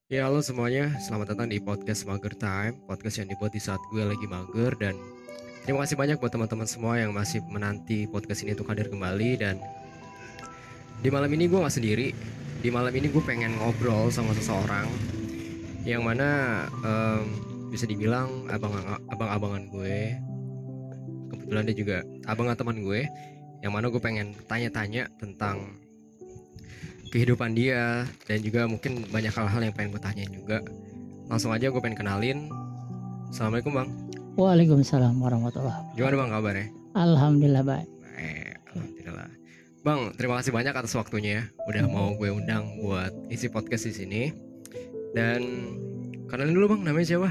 Ya halo semuanya, selamat datang di podcast Mager Time, podcast yang dibuat di saat gue lagi mager. Dan terima kasih banyak buat teman-teman semua yang masih menanti podcast ini untuk hadir kembali. Dan di malam ini gue gak sendiri. Di malam ini gue pengen ngobrol sama seseorang yang mana bisa dibilang abang-abangan gue. Kebetulan dia juga abangan teman gue, yang mana gue pengen tanya-tanya tentang kehidupan dia, dan juga mungkin banyak hal-hal yang pengen gue tanyain juga. Langsung aja gue pengen kenalin. Assalamualaikum bang. Waalaikumsalam warahmatullahi Gimana wabarakatuh. bang kabarnya? Alhamdulillah baik. Alhamdulillah. Bang, terima kasih banyak atas waktunya ya, udah mau gue undang buat isi podcast di sini. Dan kenalin dulu bang, namanya siapa?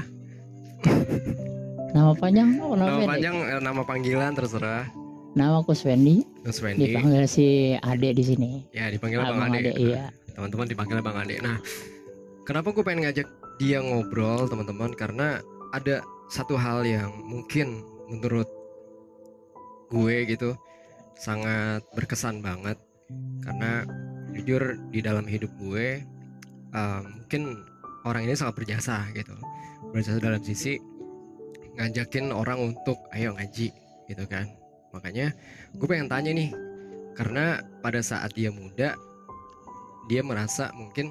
Nama panjang? Oh, Nama pendek. panjang, nama panggilan terserah. Nama aku Swendi. Mas Wendy. Dipanggil si Ade di sini. Ya dipanggil bang Abang Ade. Ade, iya. Teman-teman dipanggil bang Ade. Nah, kenapa gue pengen ngajak dia ngobrol teman-teman? Karena ada satu hal yang mungkin menurut gue gitu sangat berkesan banget. Karena jujur di dalam hidup gue mungkin orang ini sangat berjasa gitu. Berjasa dalam sisi ngajakin orang untuk ayo ngaji gitu kan. Makanya gue pengen tanya nih, karena pada saat dia muda dia merasa mungkin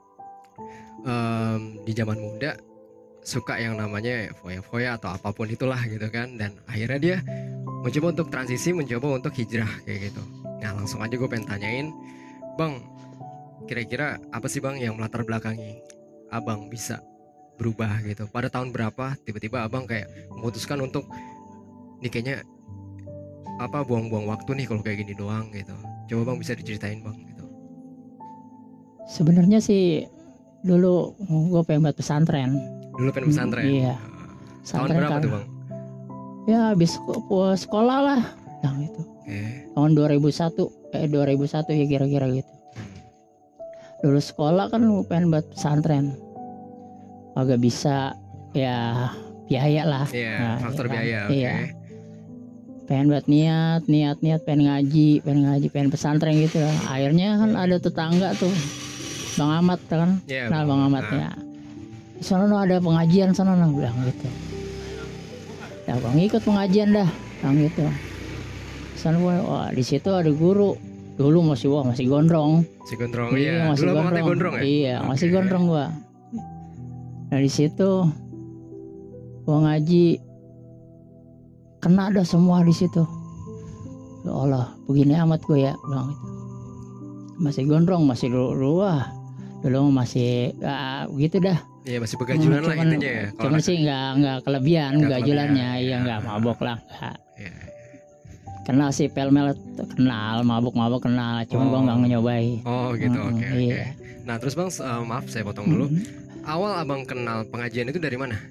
di zaman muda suka yang namanya foya-foya atau apapun itulah gitu kan. Dan akhirnya dia mencoba untuk transisi, mencoba untuk hijrah kayak gitu. Nah langsung aja gue pengen tanyain, bang, kira-kira apa sih bang yang melatar belakangi abang bisa berubah gitu? Pada tahun berapa tiba-tiba abang kayak memutuskan untuk nih kayaknya apa buang-buang waktu nih kalau kayak gini doang gitu? Coba bang bisa diceritain bang gitu. Sebenarnya sih dulu gue pengen buat pesantren. Dulu pengen pesantren. Iya. Tahun Pesantren berapa kan. tuh bang? Ya habis sekolah lah. Yang itu. Tahun 2001 ya kira-kira gitu. Dulu sekolah kan gue pengen buat pesantren. Agak bisa ya biaya lah. Iya, faktor ya kan? biaya. Oke. Iya. Pengen buat niat pengen ngaji pengen pesantren gitu lah. Akhirnya kan ada tetangga tuh Bang Ahmad kan. Iya, Nah Bang Ahmad ya, di sana ada pengajian sana bilang gitu. Ya bang ikut pengajian dah bilang gitu. Sana wah di situ ada guru dulu masih gondrong. Si gondrong. Iya, Iya, masih dulu abang katanya gondrong ya? Iya, masih Oke. gondrong gua. Nah di situ gua ngaji kena dah semua di situ. Ya Allah, begini amat gue ya bilang itu. Masih gondrong, masih dulu masih begitu dah. Iya, masih begajulan lah intinya ya. Kalau Cuman kata- sih nggak kelebihan, Nggak gajulannya, kelebihan, iya ya. nggak mabok lah, nggak. Iya. Kenal sih pel-mel kenal, mabok kenal, cuman gua nggak nyobain. Oh gitu, oke. Iya. Nah terus bang, maaf saya potong dulu. Awal abang kenal pengajian itu dari mana?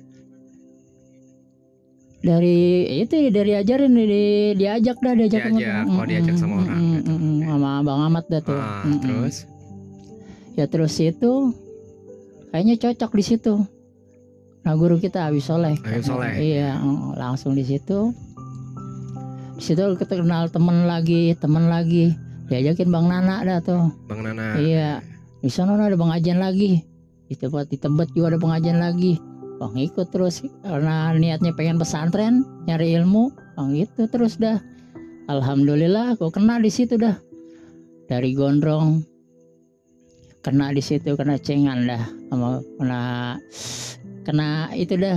Dari ajarin diajak Diajak, oh diajak sama orang gitu. sama Bang Ahmad dah tuh. Terus? Ya terus itu kayaknya cocok di situ. Nah guru kita Habib Soleh. Habib Soleh. Iya, langsung di situ. Di situ kita kenal teman lagi. Diajakin Bang Nana dah tuh. Bang Nana. Iya. Di sana ada pengajian lagi. Di Tebet juga ada pengajian lagi. Bang ikut terus karena niatnya pengen pesantren, nyari ilmu. Bang itu terus dah. Alhamdulillah aku kena di situ dah. Dari gondrong kena di situ, kena cengan dah sama kena itu dah.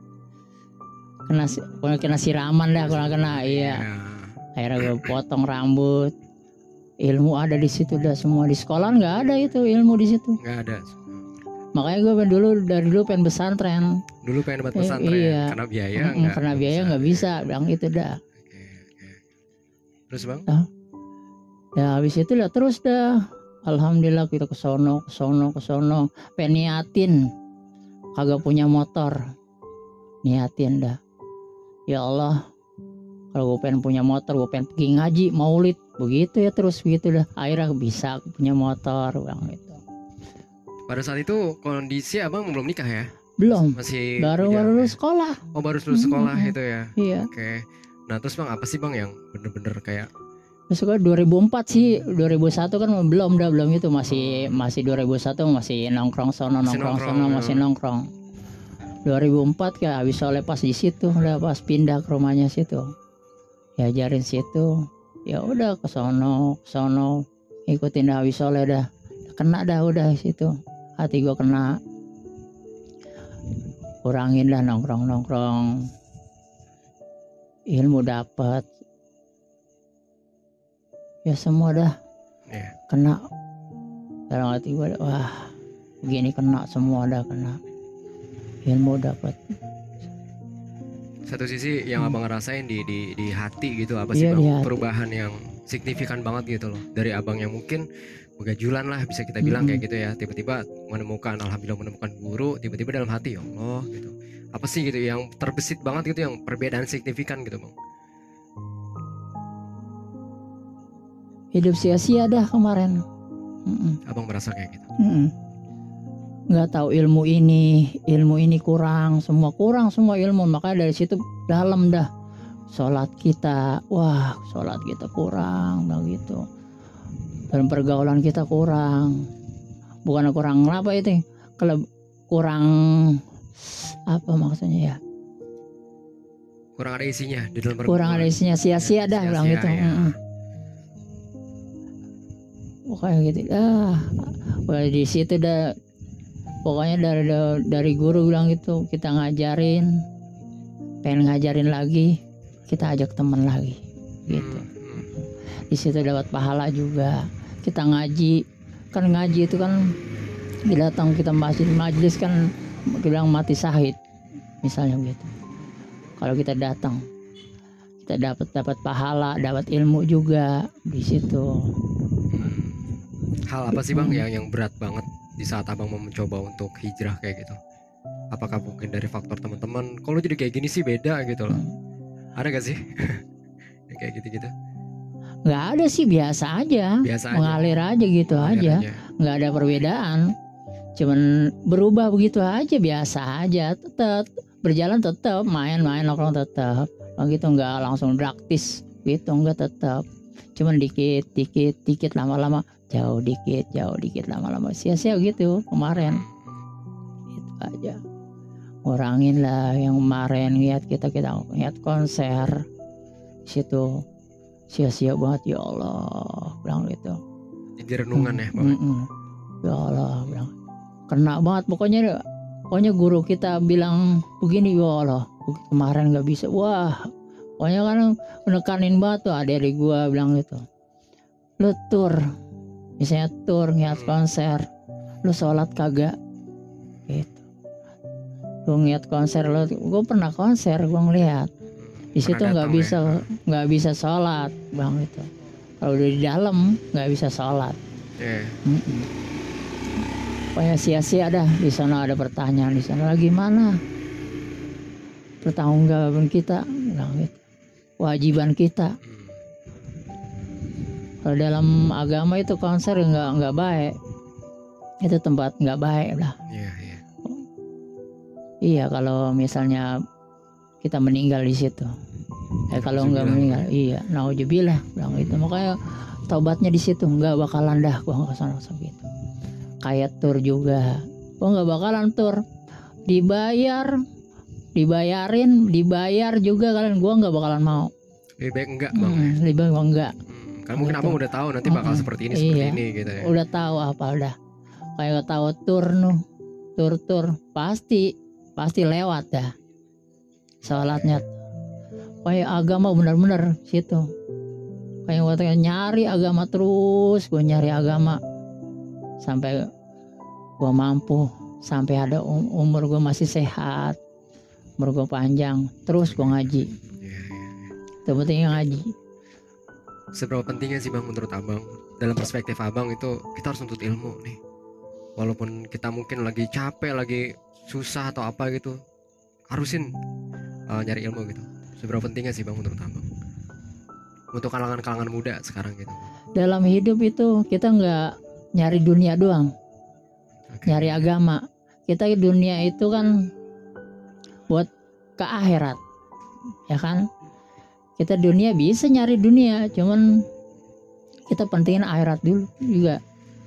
Kena siraman dah kena iya. Akhirnya gue potong rambut. Ilmu ada di situ dah semua. Di sekolah nggak ada itu ilmu di situ. Nggak ada. Makanya gue dari dulu pengen pesantren. Dulu pengen buat pesantren iya. Karena biaya karena biaya nggak bisa bilang itu dah. Oke. Terus bang? Ya habis itu lah terus dah. Alhamdulillah kita kesono. Pengen niatin kagak punya motor. Niatin dah. Ya Allah, kalau gue pengen punya motor, gue pengen pergi ngaji, maulid, begitu ya terus begitu dah. Akhirnya bisa punya motor, bang itu. Pada saat itu kondisi abang belum nikah ya? Belum. Masih baru lulus sekolah. Oh baru lulus sekolah itu ya? Iya. Oke. Nah terus bang apa sih bang yang bener-bener kayak Suka 2004 sih, 2001 kan belum itu, masih 2001 masih nongkrong sono Masih nongkrong nongkrong, sono ya. masih nongkrong. 2004 kayak habis soleh pas di situ, udah pas pindah ke rumahnya situ. Diajarin situ. Ya udah ke sono ikutin habis soleh dah. Kena dah udah situ. Hati gua kena. Kurangin lah nongkrong. Ilmu dapat. Ya semua dah Iya. kena. Dalam hati gue, wah begini kena semua dah kena. Ilmu dapat. Satu sisi yang abang ngerasain di hati gitu apa sih Iya, bang, di hati. perubahan yang signifikan banget gitu loh, dari abang yang mungkin begajulan lah bisa kita bilang kayak gitu ya, tiba-tiba alhamdulillah menemukan guru, tiba-tiba dalam hati ya Allah gitu, apa sih gitu yang terbesit banget gitu, yang perbedaan signifikan gitu bang? Hidup sia-sia dah kemarin. Abang merasa kayak gitu? Nggak tahu ilmu ini kurang semua ilmu, makanya dari situ dalam dah. Sholat kita kurang begitu, dan pergaulan kita kurang, bukan kurang apa itu, kalau kurang apa maksudnya ya, kurang ada isinya di dalam kurang ada isinya, sia-sia dah bilang gitu. ya. Pokoknya gitu di situ dah. Pokoknya dari guru bilang gitu, kita pengen ngajarin lagi, kita ajak teman lagi gitu. Di situ dapat pahala juga. Kita ngaji itu kan datang kita majelis kan bilang mati syahid misalnya gitu. Kalau kita datang kita dapat pahala, dapat ilmu juga di situ. Hal apa sih bang yang berat banget di saat abang mau mencoba untuk hijrah kayak gitu? Apakah mungkin dari faktor teman-teman, kalau jadi kayak gini sih beda gitu loh, ada gak sih? Kayak gitu-gitu? Nggak ada sih, biasa aja. Mengalir aja gitu aja. Nggak ada perbedaan, cuman berubah begitu aja, biasa aja. Tetap berjalan, tetap main-main nongkrong tetap begitu, nggak langsung praktis gitu, nggak, tetap cuman dikit lama-lama jauh dikit lama-lama sia-sia gitu kemarin. Itu aja, ngurangin lah. Yang kemarin kita lihat konser situ sia-sia banget, ya Allah bilang gitu. Jadi renungan ya bang. Ya Allah bilang, kena banget pokoknya guru kita bilang begini, ya Allah kemarin nggak bisa. Wah pokoknya kan menekanin banget tuh adik gua bilang gitu, lu misalnya ngiat konser, lu sholat kagak gitu. Lu ngiat konser, gue pernah konser, gue ngeliat di situ nggak bisa sholat bang gitu. Kalau udah di dalam nggak bisa sholat. Pokoknya sia-sia dah. Di sana ada pertanyaan, di sana lagi mana pertanggungjawaban kita bilang gitu, kewajiban kita. Kalau dalam agama itu konser nggak baik, itu tempat nggak baik lah. Iya, kalau misalnya kita meninggal di situ, kalau nggak meninggal, iya, nauzubillah bilang itu. Makanya taubatnya di situ, nggak bakalan dah gua nggak kesana gitu. Kayak tur juga, gua nggak bakalan tur, dibayar juga kalian, gua nggak bakalan mau. Lebih baik enggak bang. Lebih baik enggak. Kan mungkin abang udah tahu nanti bakal seperti ini gitu ya. Udah tahu apa dah. Kayak tahu tur pasti lewat dah. Sholatnya. Kayak agama benar-benar situ. Kayak waktu nyari agama terus, gue nyari agama sampai gue mampu, sampai ada umur gue masih sehat, umur gue panjang, terus gue ngaji. Pentingnya ngaji. Seberapa pentingnya sih bang menurut abang, dalam perspektif abang itu kita harus nuntut ilmu nih, walaupun kita mungkin lagi capek, lagi susah atau apa gitu, harusin nyari ilmu gitu. Seberapa pentingnya sih bang menurut abang untuk kalangan muda sekarang gitu? Dalam hidup itu kita nggak nyari dunia doang, nyari agama. Kita dunia itu kan buat ke akhirat, ya kan? Kita dunia bisa nyari dunia, cuman kita pentingin akhirat dulu juga.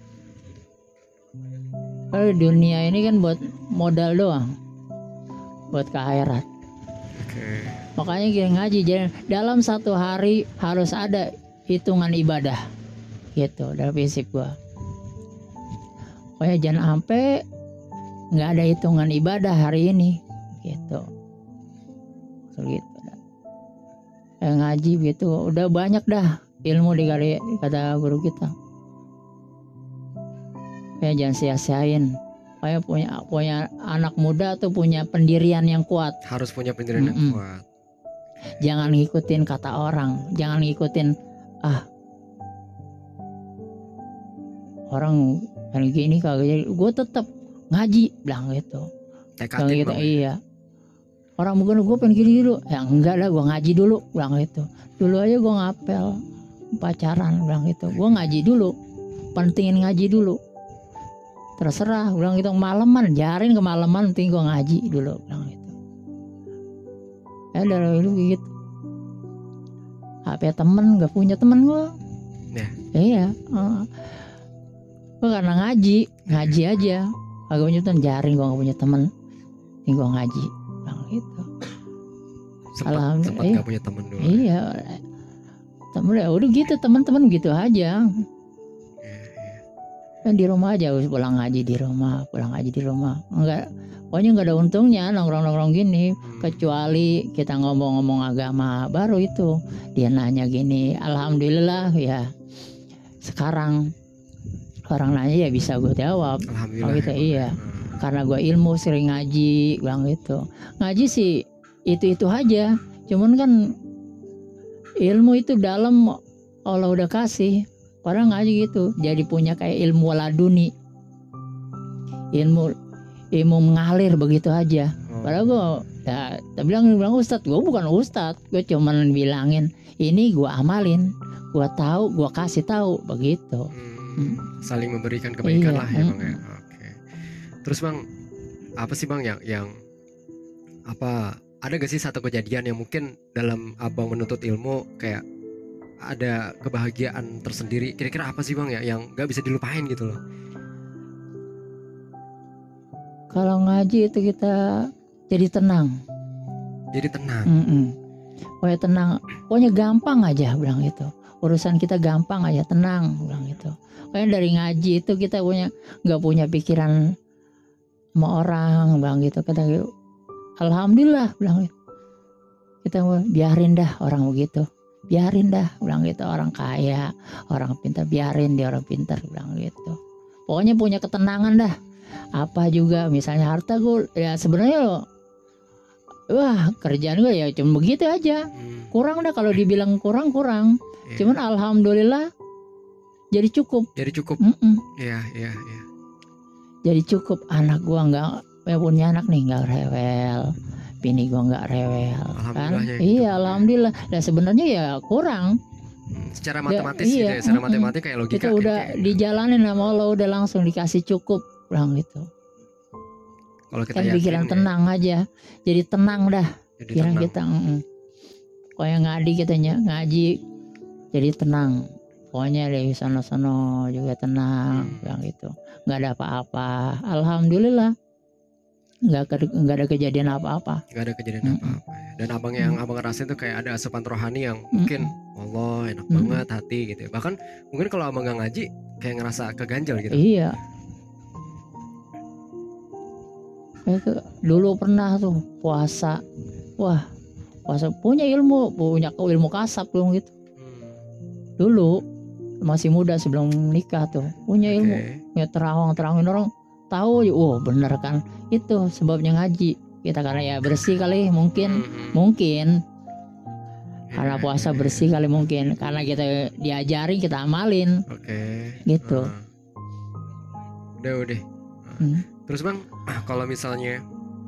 Kalau dunia ini kan buat modal doang, buat ke akhirat. Makanya kita ngaji, jadi dalam satu hari harus ada hitungan ibadah gitu dalam prinsip gua. Pokoknya jangan sampai nggak ada hitungan ibadah hari ini gitu. Gitu. Kayak ngaji gitu udah banyak dah ilmu dikali kata guru kita. Kayak jangan sia-siain. Kayak punya anak muda tuh punya pendirian yang kuat. Harus punya pendirian yang kuat. Jangan ngikutin kata orang, jangan ngikutin orang kayak gini kagak jadi. Gue tetap ngaji bilang gitu. Tekatin gitu, iya. Orang mungkin gue pengen gini dulu, ya enggak lah gue ngaji dulu bilang gitu. Dulu aja gue ngapel pacaran bilang gitu. Gue ngaji dulu, pentingin ngaji dulu. Terserah bilang gitu, malaman jarin ke malaman, penting gue ngaji dulu bilang gitu. Dari dulu gitu. HP temen gak punya temen gue. Iya. Gue karena ngaji aja. Agak punya temen, jaring gue gak punya temen, penting gue ngaji bilang gitu. Sempat gak punya temen dulu. Iya. Temen ya udah gitu, teman-teman gitu aja. Di rumah aja pulang ngaji di rumah. Enggak, pokoknya nggak ada untungnya nongkrong gini, kecuali kita ngomong agama baru itu dia nanya gini. Alhamdulillah ya sekarang orang nanya ya bisa gue jawab. Alhamdulillah gitu, iya. Karena gue ilmu sering ngaji bilang gitu. Ngaji sih itu aja, cuman kan ilmu itu dalam Allah udah kasih. Orang ngaji gitu, jadi punya kayak ilmu laduni, ilmu mengalir begitu aja. Padahal gue, ya, bilang ustadz, gue bukan ustadz, gue cuman bilangin, ini gue amalin, gue tahu, gue kasih tahu begitu. Saling memberikan kebaikan lah ya bang ya. Oke. Terus bang, apa sih bang yang apa? Ada gak sih satu kejadian yang mungkin dalam abang menuntut ilmu kayak ada kebahagiaan tersendiri, kira-kira apa sih bang ya yang nggak bisa dilupain gitu loh? Kalau ngaji itu kita jadi tenang. Pokoknya tenang, pokoknya gampang aja bilang gitu. Urusan kita gampang aja, tenang bilang gitu. Pokoknya dari ngaji itu kita nggak punya pikiran sama orang bilang gitu. Kita alhamdulillah bilang gitu. Kita biarin dah orang begitu. Biarin dah bilang gitu, orang kaya, orang pintar, biarin dia orang pintar bilang gitu. Pokoknya punya ketenangan dah. Apa juga misalnya harta gue ya sebenarnya kerjaan gue ya cuma begitu aja. Kurang dah kalau dibilang kurang. Cuman alhamdulillah jadi cukup. Iya. Jadi cukup, anak gue enggak punya anak nih enggak rewel. Bini gue nggak rewel kan? Iya alhamdulillah. Nah sebenarnya ya kurang. Secara matematis gitu ya, secara matematik kayak logika. Kita udah dijalanin sama Allah, udah langsung dikasih cukup, bilang gitu. Kalau kita kan pikiran tenang aja, jadi tenang dah. Pikiran kita. Pokoknya ngaji, jadi tenang. Pokoknya dari sono juga tenang, bilang gitu. Nggak ada apa-apa. Alhamdulillah. Nggak ada kejadian apa-apa. Ya. Dan abang yang abang ngerasain tuh kayak ada asupan rohani yang mungkin Allah enak banget hati gitu ya. Bahkan mungkin kalau abang nggak ngaji kayak ngerasa keganjal gitu. Iya. Dulu pernah tuh puasa. Wah, puasa punya ilmu kasab belum gitu. Dulu masih muda sebelum nikah tuh punya ilmu. Ya terangin orang. Tahu, bener kan, itu sebabnya ngaji kita karena ya bersih kali mungkin karena puasa bersih kali mungkin karena kita diajarin kita amalin, gitu. Udah. Terus bang, kalau misalnya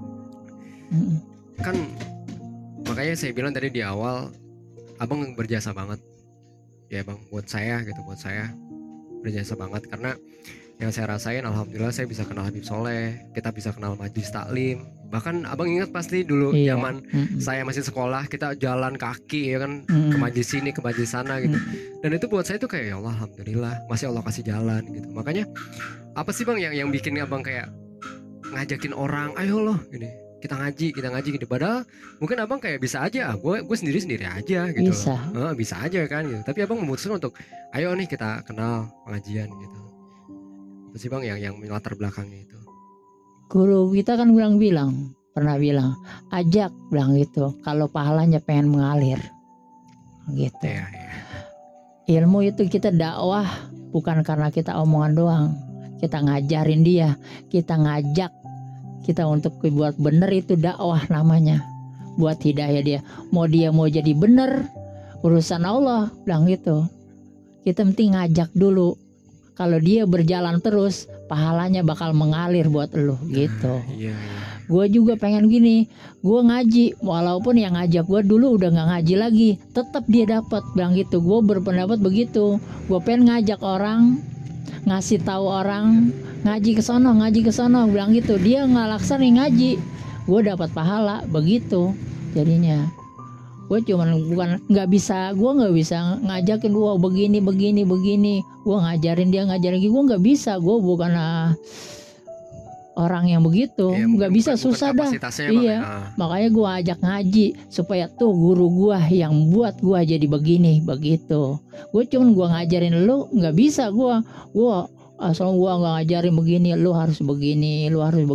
kan makanya saya bilang tadi di awal abang berjasa banget ya bang buat saya berjasa banget karena yang saya rasain, alhamdulillah saya bisa kenal Habib Soleh, kita bisa kenal Majelis Taklim. Bahkan abang ingat pasti dulu Iya. zaman saya masih sekolah, kita jalan kaki ya kan, ke majelis sini, ke majelis sana gitu. Dan itu buat saya tuh kayak ya Allah, alhamdulillah masih Allah kasih jalan gitu. Makanya apa sih bang yang bikin abang kayak ngajakin orang, ayo loh ini kita ngaji gitu. Padahal mungkin abang kayak bisa aja, gue sendiri aja gitu. Bisa aja kan gitu. Tapi abang memutuskan untuk ayo nih kita kenal pengajian gitu. Apa sih bang yang latar belakangnya itu? Guru kita kan pernah bilang ajak, bilang gitu, kalau pahalanya pengen mengalir gitu. Ilmu itu kita dakwah bukan karena kita omongan doang, kita ngajarin dia, kita ngajak kita untuk buat bener, itu dakwah namanya, buat hidayah dia. Mau jadi bener urusan Allah, bilang gitu. Kita penting ngajak dulu. Kalau dia berjalan terus, pahalanya bakal mengalir buat lo gitu. Gue juga pengen gini, gue ngaji, walaupun yang ngajak gue dulu udah nggak ngaji lagi, tetap dia dapat, bilang gitu. Gue berpendapat begitu. Gue pengen ngajak orang, ngasih tahu orang, ngaji ke sono, bilang gitu. Dia nggak laksanain ngaji, gue dapat pahala begitu. Jadinya gue gue nggak bisa ngajakin gue begini, gue ngajarin dia gue nggak bisa, gue bukan orang yang begitu, nggak bisa, susah dah. Iya, makanya gue ajak ngaji supaya tuh guru gue yang buat gue jadi begini begitu. Gue ngajarin lu nggak bisa, gue asal gue nggak ngajarin begini, lu harus begini,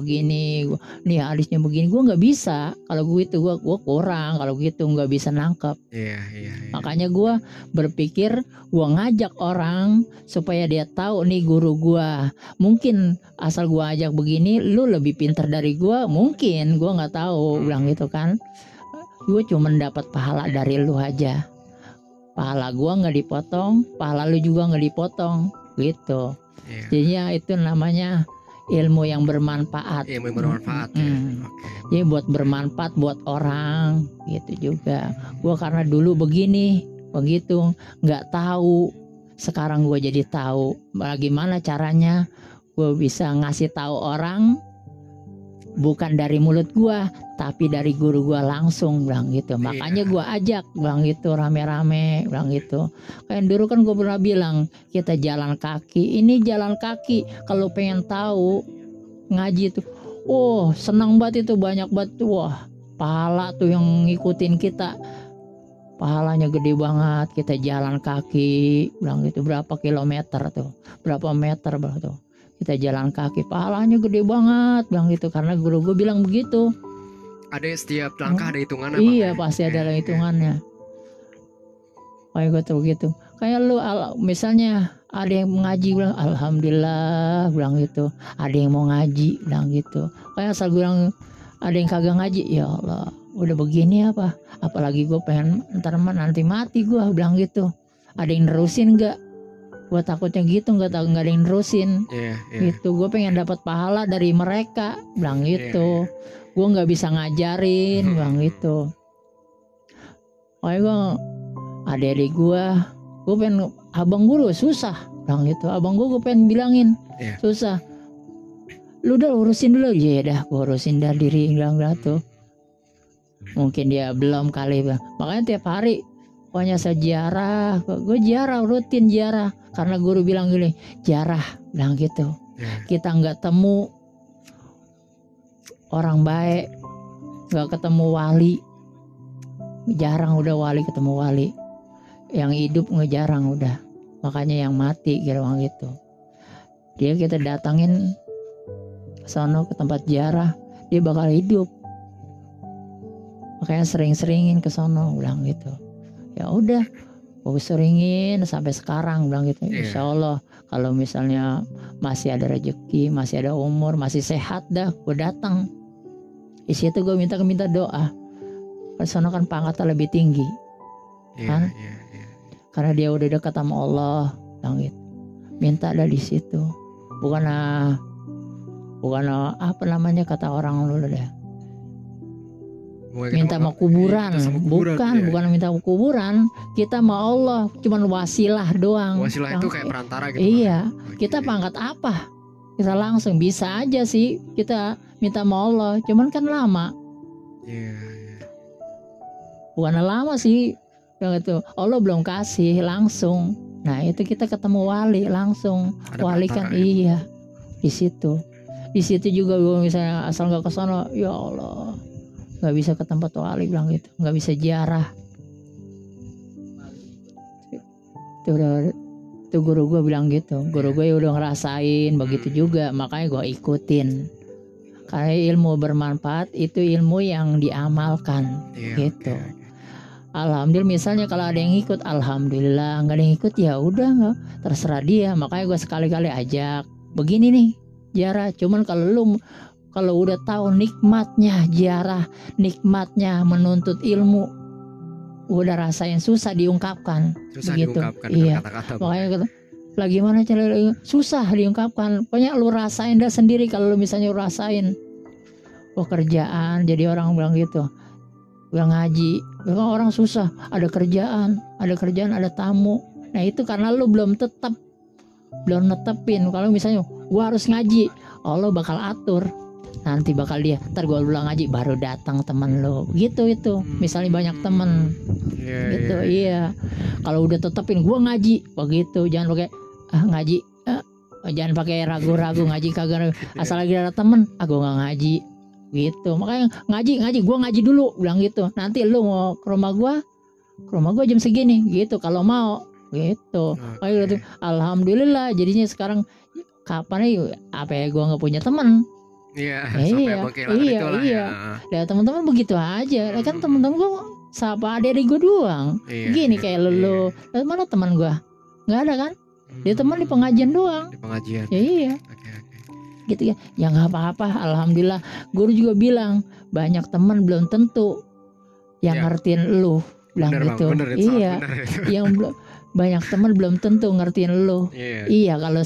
nih hadisnya begini, gue nggak bisa. Kalau gue itu gue kurang, kalau gitu nggak bisa nangkep. Makanya gue berpikir gue ngajak orang supaya dia tahu nih guru gue. Mungkin asal gue ajak begini, lu lebih pintar dari gue, mungkin gue nggak tahu, bilang gitu kan. Gue cuma dapat pahala dari lu aja, pahala gue nggak dipotong, pahala lu juga nggak dipotong gitu. Jadinya itu namanya ilmu yang bermanfaat. Ilmu yang bermanfaat. Jadi buat bermanfaat buat orang gitu juga. Gue karena dulu begitu, nggak tahu. Sekarang gue jadi tahu. Bagaimana caranya gue bisa ngasih tahu orang, bukan dari mulut gue, tapi dari guru gue langsung, bilang gitu. Makanya gue ajak, bilang gitu, rame-rame, bilang gitu. Kayak dulu kan gue pernah bilang, kita jalan kaki. Ini jalan kaki, kalau pengen tahu ngaji tuh, senang banget itu, banyak banget tuh. Wah, pahala tuh yang ngikutin kita, pahalanya gede banget. Kita jalan kaki, bilang gitu, berapa kilometer tuh, berapa meter tuh. Kita jalan kaki, pahalanya gede banget, bilang gitu, karena guru gue bilang begitu. Ada setiap langkah ada hitungannya. Iya, pasti ada hitungannya. Kayak gue tuh gitu. Kayak lu misalnya ada yang mengaji, bilang alhamdulillah, bilang gitu. Ada yang mau ngaji, bilang gitu. Kayak asal bilang ada yang kagak ngaji, ya Allah, udah begini apa? Apalagi gue pengen nanti mati gue, bilang gitu. Ada yang nerusin nggak? Gue takutnya gitu, nggak ada yang nerusin. Gitu, gue pengen dapat pahala dari mereka, bilang gitu. Gue nggak bisa ngajarin, bilang gitu. Kayak gue adik-adik gue pengen, abang gue susah, bilang gitu. Abang gue pengen bilangin susah. Lu udah urusin dulu, ya dah, gue urusin dah diri, bilang gitu. Mungkin dia belum kali, bang. Makanya tiap hari pokoknya sejarah, gue rutin jarah, karena guru bilang gini, jarah, bilang gitu. Kita nggak temu orang baik, nggak ketemu wali, jarang udah wali ketemu wali, yang hidup nggak jarang udah, makanya yang mati gitu, gitu. Dia kita datangin ke sono, ke tempat jarah, dia bakal hidup, makanya sering-seringin ke sono, bilang gitu. Ya udah, gue seringin sampai sekarang, bilang gitu. Insya Allah kalau misalnya masih ada rezeki, masih ada umur, masih sehat dah, gue datang. Di situ gue minta doa. Ke sana kan pangkatnya lebih tinggi, kan? Karena dia udah dekat sama Allah, bilang gitu. Minta dah di situ. Bukan apa namanya kata orang dulu dah. Minta mau kuburan, bukan minta mau kuburan. Kita mau Allah, cuman wasilah doang. Wasilah itu kayak perantara gitu. Iya, kita pangkat apa? kita langsung bisa aja sih kita minta sama Allah, cuman kan lama. Iya. Bukan lama sih yang itu, Allah belum kasih langsung. Nah itu kita ketemu wali langsung. Ada Wali kan perantara ya? iya di situ juga gue misalnya asal nggak kesana, ya Allah nggak bisa ke tempat wali, bilang gitu, nggak bisa ziarah. Itu guru gue bilang gitu, guru gue udah ngerasain begitu juga, makanya gue ikutin. Karena ilmu bermanfaat itu ilmu yang diamalkan. Iya, Gitu. oke. Alhamdulillah, misalnya kalau ada yang ikut, alhamdulillah. Nggak ada yang ikut, ya udah, nggak, terserah dia. Makanya gue sekali-kali ajak, begini nih ziarah. Cuman kalau udah tahu nikmatnya ziarah, nikmatnya menuntut ilmu, udah rasain susah diungkapkan. Susah begitu. diungkapkan Iya. dengan kata-kata. Makanya kata, lagi mana cara susah diungkapkan. Pokoknya lu rasain dah sendiri. Kalau lu misalnya lu rasain pekerjaan, jadi orang bilang gitu, bilang ngaji, bilang orang susah, ada kerjaan, ada tamu. Nah itu karena lu belum netepin. Kalau misalnya gua harus ngaji, Allah bakal atur. Nanti bakal dia, ntar gua bilang ngaji baru datang teman lu. Gitu itu. Misalnya banyak temen. Iya, Gitu, iya. iya. Kalau udah tetepin gua ngaji, begitu. Jangan pakai ngaji. Jangan pakai ragu-ragu ngaji kagak. Asal lagi ada temen, gua nggak ngaji. Gitu. Makanya ngaji, gua ngaji dulu, bilang gitu. Nanti lu mau ke rumah gua jam segini, gitu. Kalau mau, gitu. Kayak gitu. Alhamdulillah. Jadinya sekarang kapan nih? Apa ya? Gua nggak punya teman. Iya, sampai mengkehilangan itulah ya. Ya teman-teman begitu aja. Kan teman-teman gua siapa adik gue doang. Iya, Gini iya, kayak lu. Mana teman gua? Nggak ada kan? Dia teman di pengajian doang. Di pengajian. Ya iya. Oke. Gitu ya. Ya nggak apa-apa. Alhamdulillah. Guru juga bilang banyak teman belum tentu yang ngertiin lu. Bilang Bener, gitu. Bang, bener, itu Iya. bener itu. Yang banyak teman belum tentu ngertiin lu. Iya. Iya kalau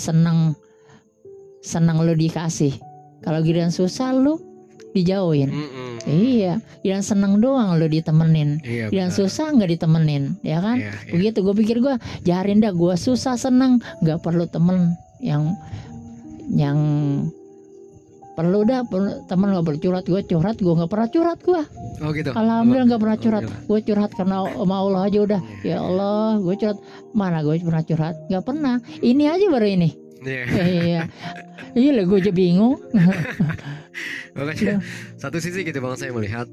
senang lu dikasih. Kalau giliran susah lu dijauhin. Iya, giliran seneng doang lu ditemenin. Iya, Giliran benar. susah nggak ditemenin, ya kan? Iya, iya. Begitu gue pikir gue jarin dah, gue susah seneng nggak perlu temen yang perlu temen nggak perlu curhat. Gue nggak pernah curhat gue. Oh gitu. Alhamdulillah nggak pernah curhat. Alhamdulillah. Gue curhat karena sama Allah aja udah. Iya. Ya Allah, gue curhat. Mana gue pernah curhat? Nggak pernah. Ini aja baru ini. Iya. Iya lah, gue aja bingung. Makanya satu sisi gitu Bang, saya melihat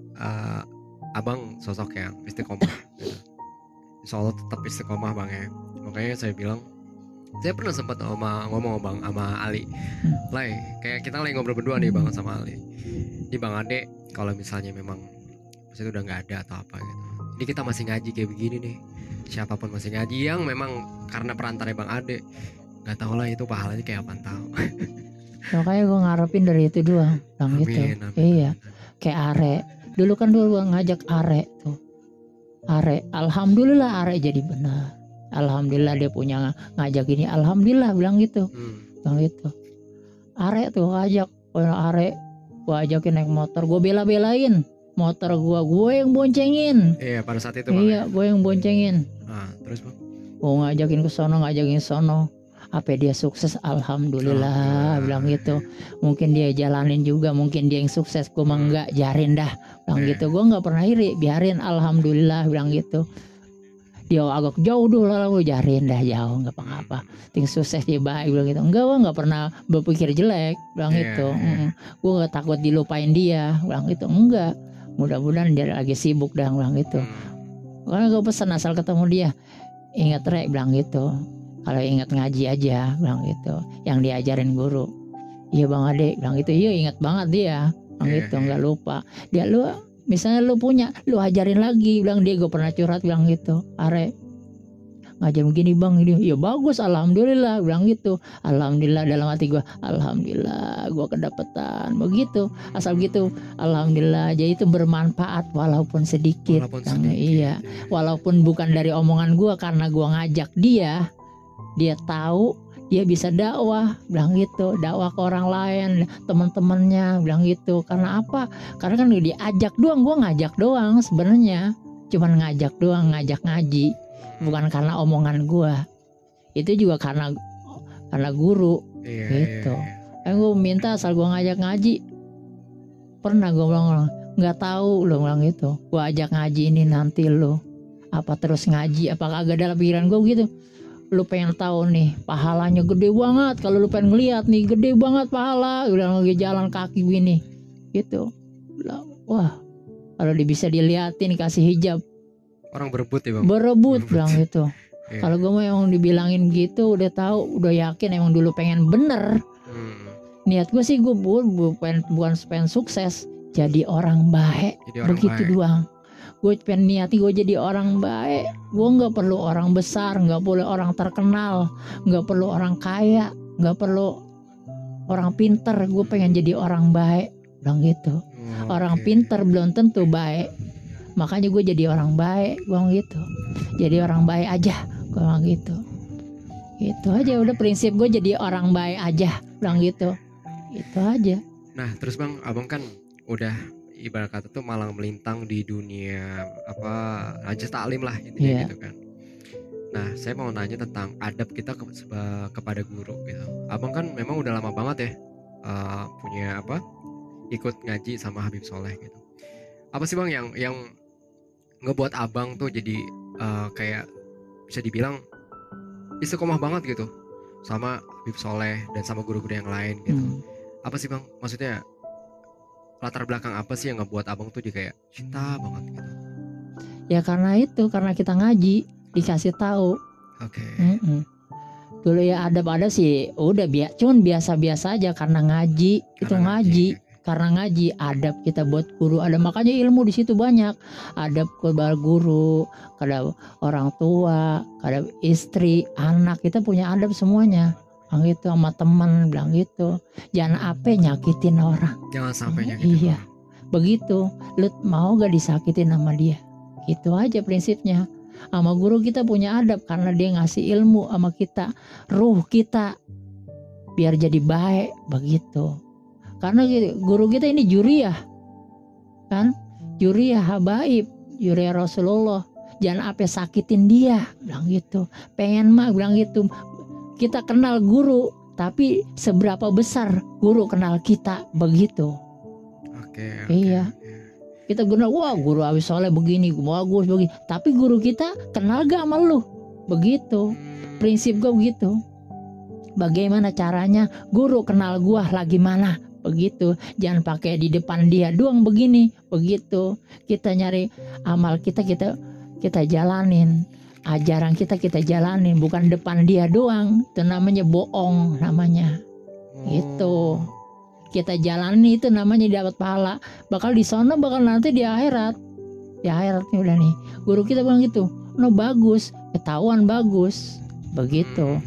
Abang sosok yang istiqomah gitu. Insya Allah tetap istiqomah Bang ya. Makanya saya bilang, saya pernah sempat ngomong Bang sama Ali, Lai, kayak kita lagi ngobrol berdua nih Bang sama Ali. Ini Bang Ade kalau misalnya memang maksudnya udah nggak ada atau apa gitu, ini kita masih ngaji kayak begini nih, siapapun masih ngaji yang memang karena perantara Bang Ade, nggak tahu lah itu pahalanya kayak apa tahu. Makanya gue ngarepin dari itu doang, Bang, gitu. Iya, kayak Are. Dulu gue ngajak Are tuh. Are, alhamdulillah Are jadi benar. Alhamdulillah dia punya ngajak ini. Alhamdulillah bilang gitu. Bilang gitu. Are tuh ngajak, Are gue ajakin naik motor, gue bela-belain motor gue yang boncengin. Iya pada saat itu Bang. Iya, gue yang boncengin. Terus Bang? Gue ngajakin ke sono. Apa dia sukses, alhamdulillah, bilang gitu. Mungkin dia jalanin juga, mungkin dia yang sukses, gue mah enggak, jarin dah, bilang gitu. Gue nggak pernah iri, biarin, alhamdulillah, bilang gitu. Dia agak jauh dulu lah, gue jarin dah jauh, nggak apa-apa. Ting sukses dia baik, bilang gitu. Enggak, gue nggak pernah berpikir jelek, bilang gitu. Gue nggak takut dilupain dia, bilang gitu. Enggak, mudah-mudahan dia lagi sibuk dah, bilang gitu. Karena gue pesan asal ketemu dia, ingat Rek, bilang gitu. Kalau ingat ngaji aja, bilang gitu, yang diajarin guru. Iya Bang Ade, bilang gitu. Iya ingat banget dia, bilang gitu, nggak lupa. Dia lu misalnya lu punya, lu ajarin lagi, bilang dia. Gue pernah curhat, bilang gitu. Are ngajar begini Bang, ini ya bagus, alhamdulillah, bilang gitu. Alhamdulillah, dalam hati gue, alhamdulillah gue kedapetan, begitu. Asal gitu, alhamdulillah. Jadi itu bermanfaat walaupun sedikit. Iya, walaupun bukan dari omongan gue, karena gue ngajak dia tahu, dia bisa dakwah, bilang gitu, dakwah ke orang lain, teman-temannya, bilang gitu. Karena apa? Karena kan diajak doang, gue ngajak doang sebenarnya, cuman ngajak doang, ngajak ngaji, bukan karena omongan gue. Itu juga karena guru, gitu. gue minta asal gue ngajak ngaji. Pernah gue bilang, nggak tahu lo bilang gitu. Gue ajak ngaji ini nanti lo apa terus ngaji apa kagak, dalam pikiran gue gitu. Lu pengen tahu nih pahalanya gede banget, kalau lu pengen ngeliat nih gede banget pahala, udah lagi jalan kaki gini gitu. Wah, kalau bisa diliatin kasih hijab, orang berebut ya bang, berebut bilang gitu. Iya. Kalau gue emang dibilangin gitu udah tahu, udah yakin emang dulu pengen bener. Niat gue sih gue bukan pengen sukses, jadi orang baik, begitu doang. Gue pengen niati gue jadi orang baik. Gue nggak perlu orang besar, nggak boleh orang terkenal, nggak perlu orang kaya, nggak perlu orang pinter. Gue pengen jadi orang baik, bilang gitu. Orang pinter belum tentu baik, makanya gue jadi orang baik, bilang gitu. Jadi orang baik aja, gue bilang gitu. Itu aja udah prinsip gue, jadi orang baik aja, bilang gitu. Itu aja. Nah terus bang, abang kan udah ibarat kata tuh malang melintang di dunia apa raja taklim lah intinya gitu kan. Nah saya mau nanya tentang adab kita kepada guru gitu. Abang kan memang udah lama banget ya punya apa ikut ngaji sama Habib Soleh gitu. Apa sih bang yang ngebuat abang tuh jadi kayak bisa dibilang istiqomah banget gitu sama Habib Soleh dan sama guru-guru yang lain gitu. Apa sih bang maksudnya, latar belakang apa sih yang ngebuat abang tuh dia kayak cinta banget gitu? Ya karena itu, karena kita ngaji dikasih tahu. Dulu ya ada sih udah cuman biasa-biasa aja karena ngaji. Itu ngaji. Karena ngaji adab kita buat guru ada, makanya ilmu di situ banyak. Adab kepada guru, kepada orang tua, kepada istri, anak, kita punya adab semuanya. Bilang gitu sama teman, bilang gitu. Jangan nyakitin orang. Jangan sampai nyakitin. Iya. Begitu. Lu mau gak disakitin sama dia? Gitu aja prinsipnya. Sama guru kita punya adab karena dia ngasih ilmu sama kita, ruh kita biar jadi baik, begitu. Karena guru kita ini juriyah, kan? Juriyah habaib, juriyah Rasulullah. Jangan sakitin dia, bilang gitu. Pengen bilang gitu. Kita kenal guru, tapi seberapa besar guru kenal kita, begitu. Iya. Kita kenal, wah guru Habib Soleh begini, bagus begini. Tapi guru kita kenal gak sama lu, begitu. Prinsip gue begitu. Bagaimana caranya guru kenal gua lagi mana, begitu. Jangan pakai di depan dia doang begini, begitu. Kita nyari amal kita jalanin. Ajaran kita jalanin, bukan depan dia doang. Itu namanya bohong namanya. Gitu. Kita jalani itu namanya dapat pahala. Bakal di sana, bakal nanti di akhirat. Di akhirat nih udah nih. Guru kita bilang gitu. No bagus, ketahuan bagus. Begitu.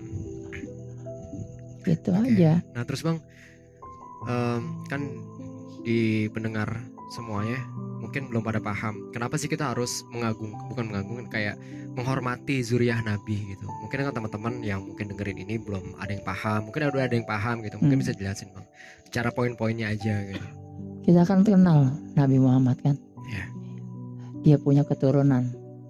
Gitu aja. Nah terus bang, kan di pendengar semuanya mungkin belum pada paham kenapa sih kita harus bukan mengagungkan, kayak menghormati zuriyah Nabi gitu. Mungkin kan teman-teman yang mungkin dengerin ini belum ada yang paham, mungkin udah ada yang paham gitu. Mungkin bisa jelasin bang, cara poin-poinnya aja gitu. Kita kan kenal Nabi Muhammad kan, dia punya keturunan.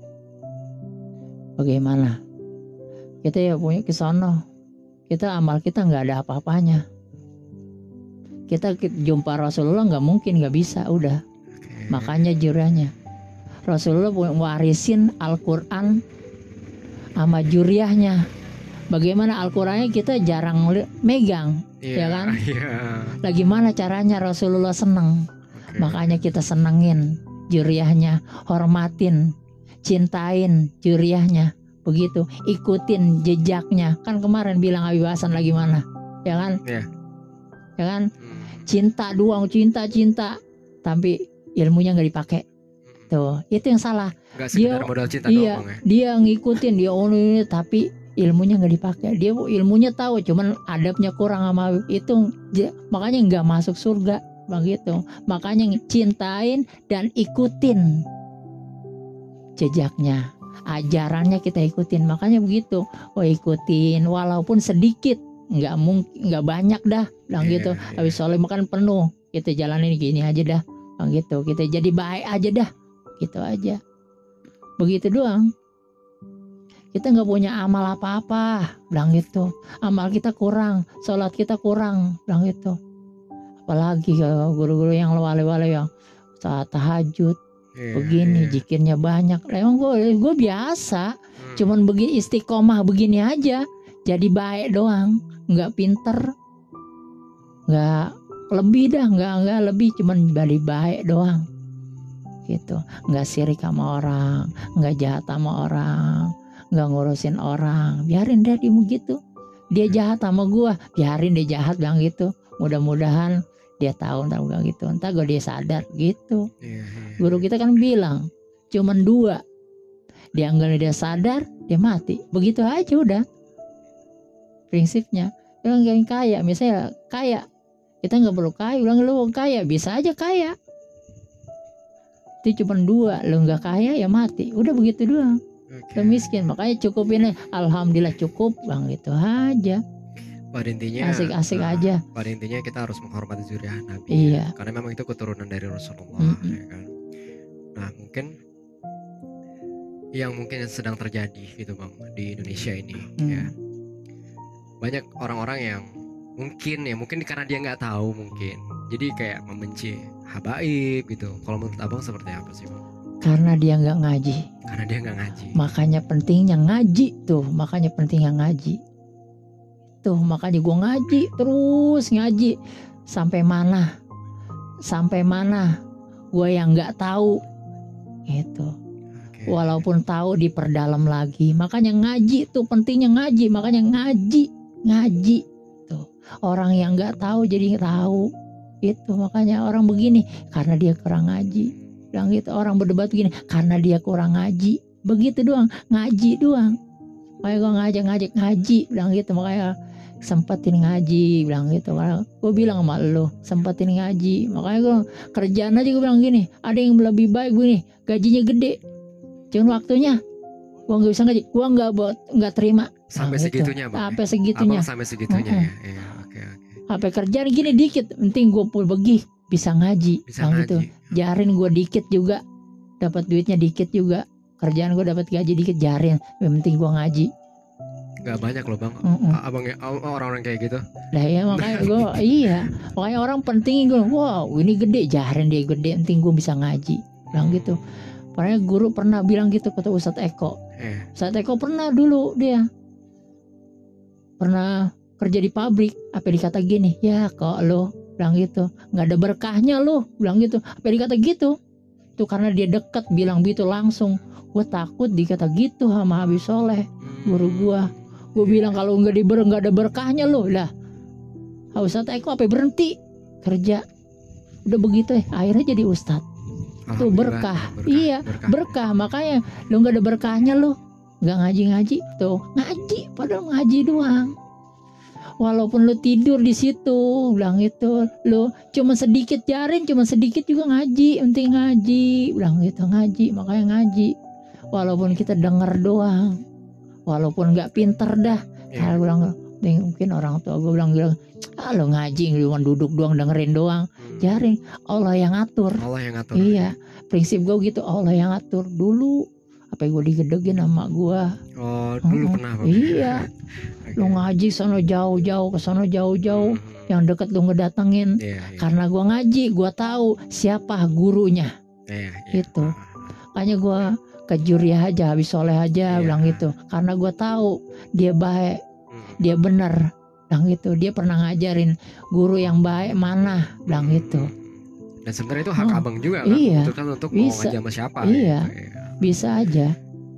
Bagaimana? Kita ya punya kesono, kita amal kita nggak ada apa-apanya. Kita jumpa Rasulullah nggak mungkin, nggak bisa, udah. Makanya juriyahnya Rasulullah warisin Al-Quran sama juriyahnya. Bagaimana Al-Qurannya kita jarang megang, ya kan? Lagi mana caranya Rasulullah seneng? Makanya kita senengin juriyahnya, hormatin, cintain juriyahnya, begitu. Ikutin jejaknya. Kan kemarin bilang Habib Hasan lagi mana, ya kan? Ya kan? Cinta doang, cinta. Tapi ilmunya nggak dipakai, tuh itu yang salah. Dia modal cinta doang, dia ngikutin dia ini, tapi ilmunya nggak dipakai. Dia ilmunya tahu, cuman adabnya kurang sama itu, makanya nggak masuk surga, begitu. Makanya cintain dan ikutin jejaknya, ajarannya kita ikutin. Makanya begitu, ikutin walaupun sedikit, nggak banyak dah, bilang gitu. Habis Soleh makan penuh, kita jalanin gini aja dah. Gitu, kita jadi baik aja dah, gitu aja, begitu doang. kita nggak punya amal apa-apa, bilang gitu. Amal kita kurang, sholat kita kurang, bilang gitu. Apalagi guru-guru yang wali-wali yang saat tahajud begini, zikirnya banyak. Emang gue biasa, cuman begini istiqomah begini aja, jadi baik doang, nggak pinter, nggak lebih dah, nggak lebih, cuman jadi baik doang, gitu. Nggak sirik sama orang, nggak jahat sama orang, nggak ngurusin orang, biarin deh dia begitu. Dia jahat sama gua, biarin dia jahat, bilang gitu. Mudah-mudahan dia tahu, ntar bilang gitu, ntar gue dia sadar gitu. Guru kita kan bilang cuman 2, dia nggak, dia sadar, dia mati, begitu aja udah prinsipnya. Bilang yang kaya, misalnya kaya, kita nggak perlu kaya, bilang lu kaya, bisa aja kaya. Itu cuman 2, lu nggak kaya ya mati, udah begitu doang. Lu miskin, makanya cukupin, alhamdulillah cukup, bang, gitu aja. Pada intinya asik-asik aja. Pada intinya kita harus menghormati zuriat Nabi. Iya. Karena memang itu keturunan dari Rasulullah, ya kan. Nah, mungkin yang sedang terjadi gitu bang di Indonesia ini, ya. Banyak orang-orang yang mungkin karena dia nggak tahu, mungkin jadi kayak membenci habaib gitu. Kalau menurut abang seperti apa sih bang? Karena dia nggak ngaji. Makanya pentingnya ngaji tuh, makanya gue ngaji terus, ngaji sampai mana gue yang nggak tahu gitu. Walaupun tahu diperdalam lagi, makanya ngaji tuh pentingnya, makanya ngaji tuh. Orang yang nggak tahu jadi tahu itu, makanya orang begini karena dia kurang ngaji, bilang gitu. Orang berdebat begini karena dia kurang ngaji, begitu doang, ngaji doang. Makanya gue ngaji, bilang gitu. Makanya sempetin ngaji, bilang gitu. Karena gue bilang sama lo, sempetin ngaji. Makanya gue kerjaan aja gue bilang gini, ada yang lebih baik begini, gajinya gede, cuman waktunya gue nggak bisa ngaji, gue nggak terima. Sampai segitunya bang. Sampai segitunya. Abang sampai segitunya ya. Sampai kerjaan gini dikit, penting gue begih bisa ngaji, gitu. Jarin gue dikit juga, dapat duitnya dikit juga. Kerjaan gue dapat gaji dikit, jarin, yang penting gue ngaji. Gak banyak loh bang, abang orang-orang kayak gitu. Lah ya makanya gue makanya orang pentingin gue, wow ini gede, jarin dia gede, penting gue bisa ngaji, bilang gitu. Padahal guru pernah bilang gitu kata Ustadz Eko. Ustadz Eko pernah dulu dia pernah kerja di pabrik, apa dikata gini, ya kok lo, bilang gitu, nggak ada berkahnya lo, bilang gitu. Apa dikata gitu? Itu karena dia dekat, bilang gitu langsung. Gue takut dikata gitu sama Habib Soleh, guru gue. Gue bilang kalau nggak ada berkahnya lo lah. Ustadz Eko apa berhenti kerja? Udah begitu akhirnya jadi ustadz. Tuh berkah. Iya, berkah. Makanya lo nggak ada berkahnya lo, nggak ngaji tuh, ngaji padahal ngaji doang. Walaupun lo tidur di situ, bilang itu, lo cuma sedikit jarin, cuma sedikit juga ngaji, penting ngaji, bilang gitu, ngaji, makanya ngaji. Walaupun kita denger doang, walaupun nggak pinter dah, kalau bilang mungkin orang tua gue bilang lo ngaji cuma duduk doang, dengerin doang, jaring. Allah yang ngatur. Iya, prinsip gue gitu, Allah yang ngatur. Dulu apa gue digedegin sama gue. Oh dulu pernah bang. Iya. Lu ngaji sono jauh-jauh, ke sono jauh-jauh, yang deket lu ngedatengin. Karena gue ngaji, gue tahu siapa gurunya. Gitu. Makanya gue ke Juriah aja, Habib Soleh aja, bilang gitu. Karena gue tahu dia baik, dia benar, bilang gitu. Dia pernah ngajarin guru yang baik mana, bilang gitu. Dan sebenarnya itu hak abang juga kan, untuk mau ngaji sama siapa. Iya, gitu. Bisa aja.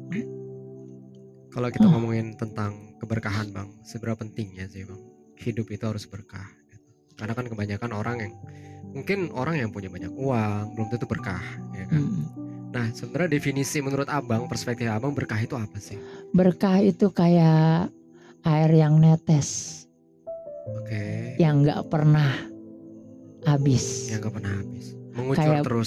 Kalau kita ngomongin tentang keberkahan bang, seberapa pentingnya sih bang hidup itu harus berkah? Karena kan kebanyakan orang yang punya banyak uang belum tentu berkah, ya kan? Nah sebenarnya definisi menurut abang, perspektif abang, berkah itu apa sih? Berkah itu kayak air yang netes, yang nggak pernah habis, mengucur kayak, terus,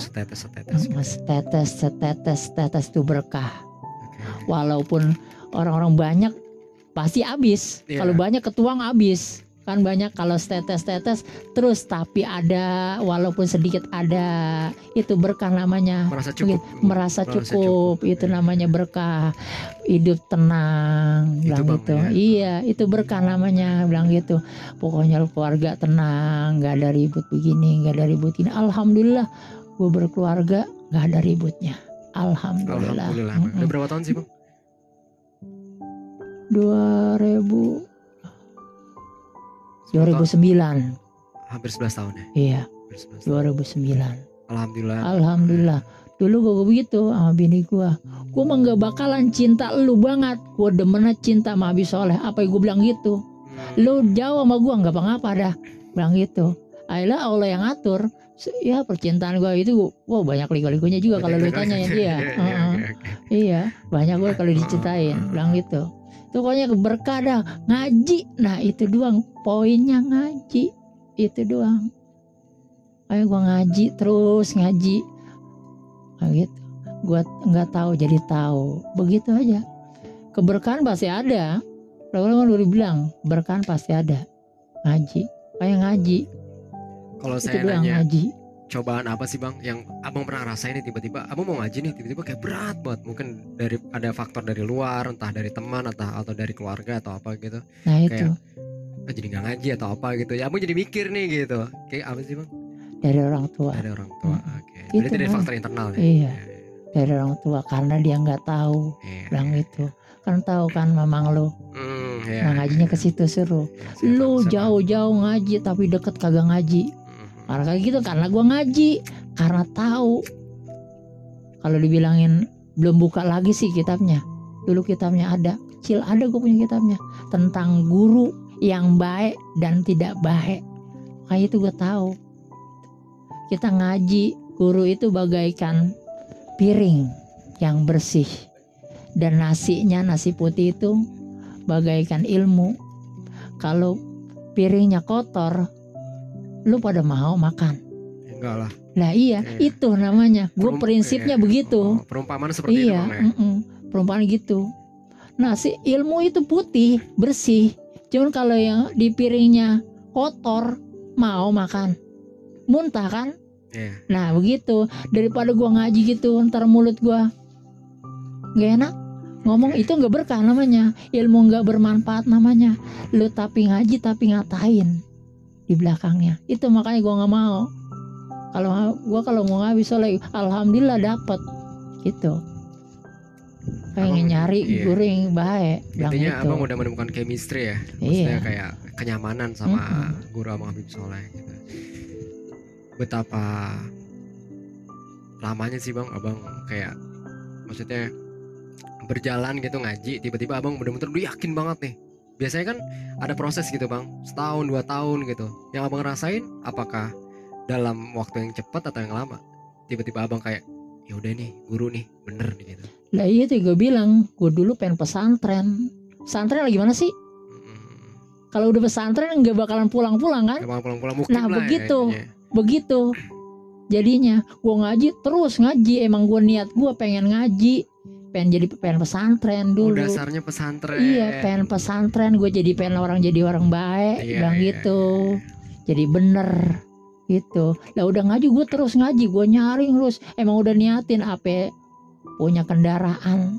setetes itu berkah. Walaupun orang-orang banyak pasti habis. Kalau banyak ketuang habis. kan banyak kalau tetes terus tapi ada walaupun sedikit ada, itu berkah namanya. Merasa cukup itu namanya berkah. Hidup tenang bilang gitu ya. Iya itu berkah namanya bilang gitu. Pokoknya keluarga tenang, nggak ada ribut begini, nggak ada ribut ini. Alhamdulillah gue berkeluarga nggak ada ributnya. Alhamdulillah. Udah berapa tahun sih Bang? 2009. Hampir 11 tahun ya? Iya. 2009. Alhamdulillah. Alhamdulillah. Dulu gue begitu sama bini gue. Gue mah gak bakalan cinta lu banget. Gue demennya cinta sama Abi Soleh. Apa yang gue bilang gitu? Lu jauh sama gue gak apa-apa dah. Bilang gitu. Ayolah Allah yang atur. Ya percintaan gue itu banyak ligo-ligonya juga kalau lu tanya ya dia. Iya banyak gue kalau dicintain. Bilang gitu. Itu pokoknya berkah dah. Ngaji. Nah itu doang poinnya, ngaji. Itu doang. Ayo gue ngaji terus ngaji. Nah gitu. Gue gak tahu jadi tahu. Begitu aja. Keberkahan pasti ada. Kalau kan udah bilang keberkahan pasti ada. Ngaji. Kayak ngaji. Kalau saya nanya ngaji. Cobaan apa sih Bang yang Abang pernah rasain nih, tiba-tiba Abang mau ngaji nih, tiba-tiba kayak berat banget. Mungkin dari ada faktor dari luar, entah dari teman atau dari keluarga atau apa gitu. Nah itu kayak jadi gak ngaji atau apa gitu ya. Abang jadi mikir nih gitu. Kayak apa sih Bang? Dari orang tua. Dari orang tua. Oke. Berarti dari faktor internal ya. Iya. Dari orang tua karena dia nggak tahu. Bilang itu. Kan tahu kan mamang lo. Nah ngajinya ke situ suruh. Lu jauh-jauh ngaji tapi deket kagak ngaji. Karena kayak gitu, karena gue ngaji, karena tahu. Kalau dibilangin belum buka lagi sih kitabnya. Dulu kitabnya ada, kecil ada gue punya kitabnya tentang guru yang baik dan tidak baik. Kayak itu gue tahu. Kita ngaji, guru itu bagaikan piring yang bersih dan nasinya, nasi putih itu bagaikan ilmu. Kalau piringnya kotor, lu pada mau makan? Enggak lah. Nah iya, itu namanya. Gue prinsipnya begitu. Perumpamaan seperti itu. Perumpamaan gitu. Nah si ilmu itu putih, bersih. Cuman kalau yang di piringnya kotor, mau makan? Muntah kan? Nah begitu. Daripada gue ngaji gitu, ntar mulut gue gak enak. Ngomong itu gak berkah namanya. Ilmu gak bermanfaat namanya. Lu tapi ngaji tapi ngatain di belakangnya. Itu makanya gue nggak mau. Kalau mau ngaji soleh, alhamdulillah dapat gitu. Pengen nyari guru yang baik. Intinya Abang udah menemukan chemistry ya. Maksudnya kayak kenyamanan sama guru Abang Habib Soleh gitu. Betapa lamanya sih Bang Abang kayak maksudnya berjalan gitu ngaji, tiba-tiba Abang bener-bener udah yakin banget nih. Biasanya kan ada proses gitu Bang, setahun 2 tahun gitu. Yang Abang rasain apakah dalam waktu yang cepat atau yang lama? Tiba-tiba Abang kayak ya udah nih guru nih bener nih gitu. Lah iya tuh gue bilang, gue dulu pengen pesantren. Pesantren lagi mana sih? Kalau udah pesantren nggak bakalan pulang-pulang kan? Gak pulang-pulang nah begitu. Jadinya gue ngaji terus ngaji. Emang gue niat gue pengen ngaji. Pengen pesantren dulu. Dasarnya pesantren. Iya, pengen pesantren. Gue jadi orang baik, bilang gitu. Jadi bener gitu. Lah udah ngaji gue terus ngaji, gue nyari terus. Emang udah niatin apa punya kendaraan.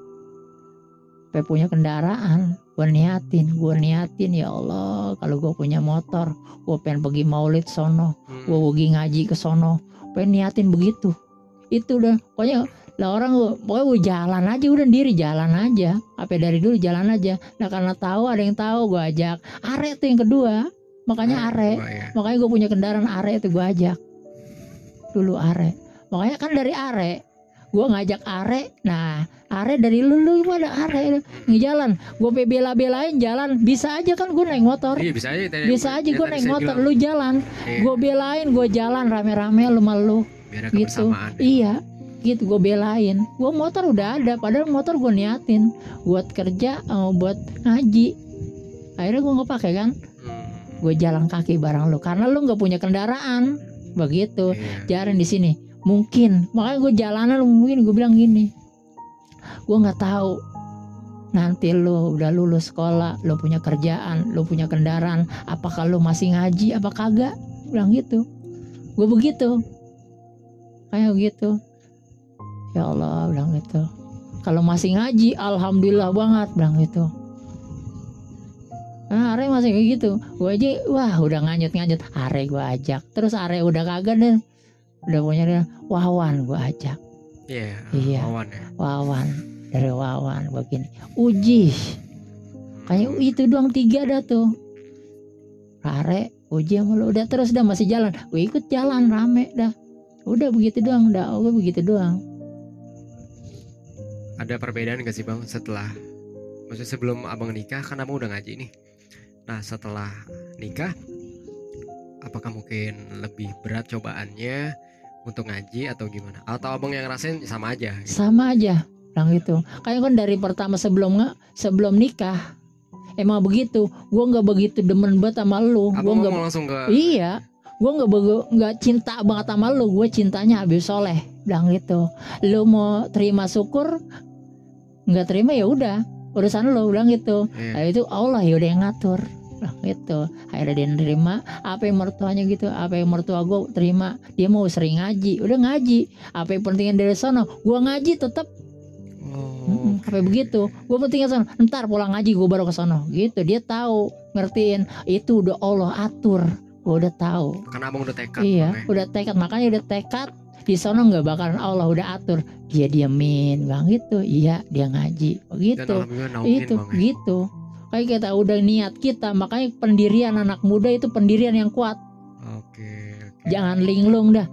Gue niatin ya Allah, kalau gue punya motor, gue pengen pergi maulid sono, gue pergi ngaji ke sono, pengen niatin begitu. Itu udah pokoknya. Lah orang pokoknya gue jalan aja, udah sendiri jalan aja. Apa dari dulu jalan aja. Nah karena tahu ada yang tahu gue ajak. Are tuh yang kedua. Makanya Are. Makanya gue punya kendaraan Are itu gue ajak. Dulu Are. Makanya kan dari Are gue ngajak Are. Nah Are dari lu ada Are ngejalan. Gue bela-belain jalan. Bisa aja kan gue naik motor. Iya bisa aja gue naik motor. Lu jalan. Gue belain gue jalan rame-rame lu malu. Biar gitu. Iya. Gitu gue belain. Gue motor udah ada, padahal motor gue niatin buat kerja, buat ngaji. Akhirnya gue nggak pakai kan. Gue jalan kaki bareng lu karena lu nggak punya kendaraan. Begitu. Jalan di sini mungkin, makanya gue jalanan mungkin. Gue bilang gini, gue nggak tahu nanti lu udah lulus sekolah, lu punya kerjaan, lu punya kendaraan, apakah lu masih ngaji apa kagak? Bilang gitu. Gue begitu, kayak gitu. Ya Allah, bilang gitu. Kalau masih ngaji, alhamdulillah banget, bilang gitu. Nah, Are masih kayak gitu. Gue aja, wah udah nganyut. Are gue ajak. Terus Are udah kagak deh. Udah punya dia, Wawan gue ajak. Iya. Wawan ya. Wawan. Dari Wawan begini. Uji. Kayak itu doang 3 dah tuh. Are, Uji sama lu. Udah terus dah masih jalan. Gue ikut jalan rame dah. Udah begitu doang. Gue begitu doang. Ada perbedaan gak sih bang setelah, maksudnya sebelum abang nikah kan abang udah ngaji nih. Nah setelah nikah, apakah mungkin lebih berat cobaannya untuk ngaji atau gimana? Atau abang yang ngerasain sama aja? Gitu? Sama aja, bilang gitu. Kayak kan dari pertama sebelum nikah, emang begitu. Gue nggak begitu demen banget sama lu. Abang mau langsung ke? Iya, gue nggak cinta banget sama lu. Gue cintanya Habib Soleh, bilang gitu. Lu mau terima syukur, nggak terima ya udah urusan lo, bilang gitu. Nah, itu Allah ya udah yang ngatur, bilang gitu. Akhirnya dia nerima apa yang mertuanya gitu, apa yang mertua gue terima. Dia mau sering ngaji, udah ngaji. Apa yang pentingnya dari sana, gue ngaji tetap. Apa begitu, gue pentingnya sana. Ntar pulang ngaji gue baru ke sana, gitu. Dia tahu, ngertiin itu udah Allah atur. Gue udah tahu. Karena abang udah tekad. Iya, udah tekad, makanya udah tekad. Di sana nggak bakalan Allah udah atur. Dia diamin, bang gitu. Iya, dia ngaji, begitu. Itu, gitu. Kayak kita udah niat kita, makanya pendirian anak muda itu pendirian yang kuat. Oke. Jangan linglung dah.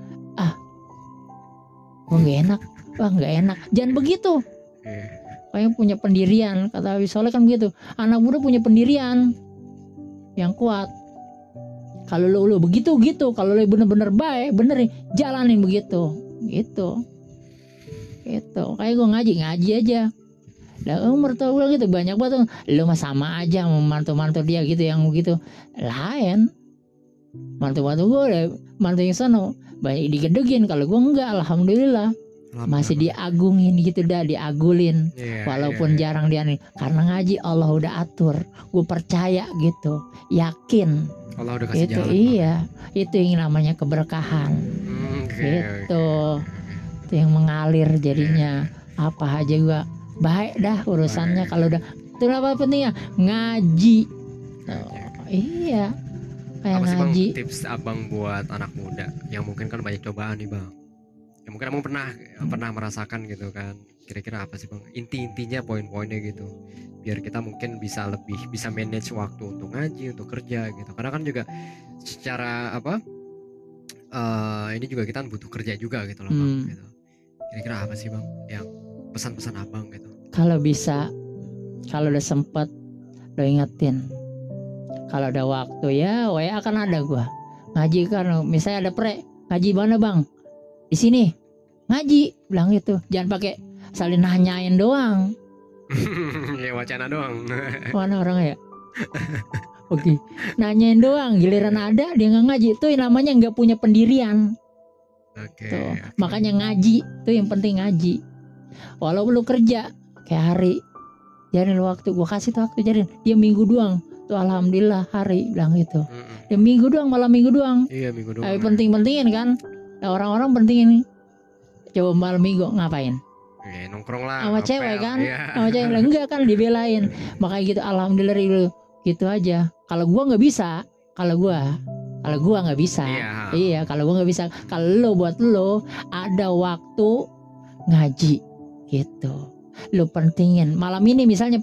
Nggak enak, nggak enak. Jangan begitu. Kayak punya pendirian, kata Habib Soleh kan begitu. Anak muda punya pendirian yang kuat. Kalau lu begitu gitu, kalau lu bener-bener baik, benerin, jalanin begitu, gitu. Kayak gue ngaji aja. Lah mertua gue gitu banyak banget, lu mah sama aja sama mantu dia gitu yang begitu. Lain, mantu gue udah mantu yang sana banyak digedegin, kalau gue enggak, alhamdulillah. Masih diagungin gitu dah, diagulin. Walaupun jarang dia nih, karena ngaji Allah udah atur. Gue percaya gitu, yakin. Allah udah kasih itu jalan. Iya, itu yang namanya keberkahan. Itu yang mengalir jadinya. Apa aja gua baik dah urusannya. Kalau udah itu apa pentingnya ngaji. Iya, kayak apa ngaji. Bang, tips abang buat anak muda yang mungkin kan banyak cobaan nih bang, yang mungkin abang pernah merasakan gitu kan, kira-kira apa sih bang intinya poin-poinnya gitu, biar kita mungkin bisa manage waktu untuk ngaji, untuk kerja gitu. Karena kan juga secara ini juga kita butuh kerja juga gitu loh bang gitu. Kira-kira apa sih bang yang pesan-pesan abang gitu? Kalau bisa, kalau udah sempet lo ingetin, kalau ada waktu ya WA akan ada gua ngaji. Kan misalnya ada ngaji mana bang, di sini ngaji, bilang gitu. Jangan pakai saling nanyain doang. Ya wacana doang. Mana orang ya? Oke, nanyain doang, giliran ada dia nggak ngaji. Itu namanya nggak punya pendirian. Tuh, makanya ngaji tuh yang penting, ngaji. Walaupun lu kerja kayak hari, jadiin waktu, gua kasih tuh waktu jadiin. Dia minggu doang, tuh alhamdulillah hari, bilang gitu. Dia minggu doang, malam minggu doang. Iya minggu doang. Penting-pentingin kan? Nah, orang-orang pentingin. Coba malam minggu ngapain? Nongkrong lah sama cewek kan, sama cewek enggak kan, dibelain. Makanya gitu, alhamdulillah dulu gitu aja. Kalau gua nggak bisa, kalau gua nggak bisa, iya kalau gua nggak bisa. Kalau lo buat lo ada waktu ngaji gitu, lo pentingin. Malam ini misalnya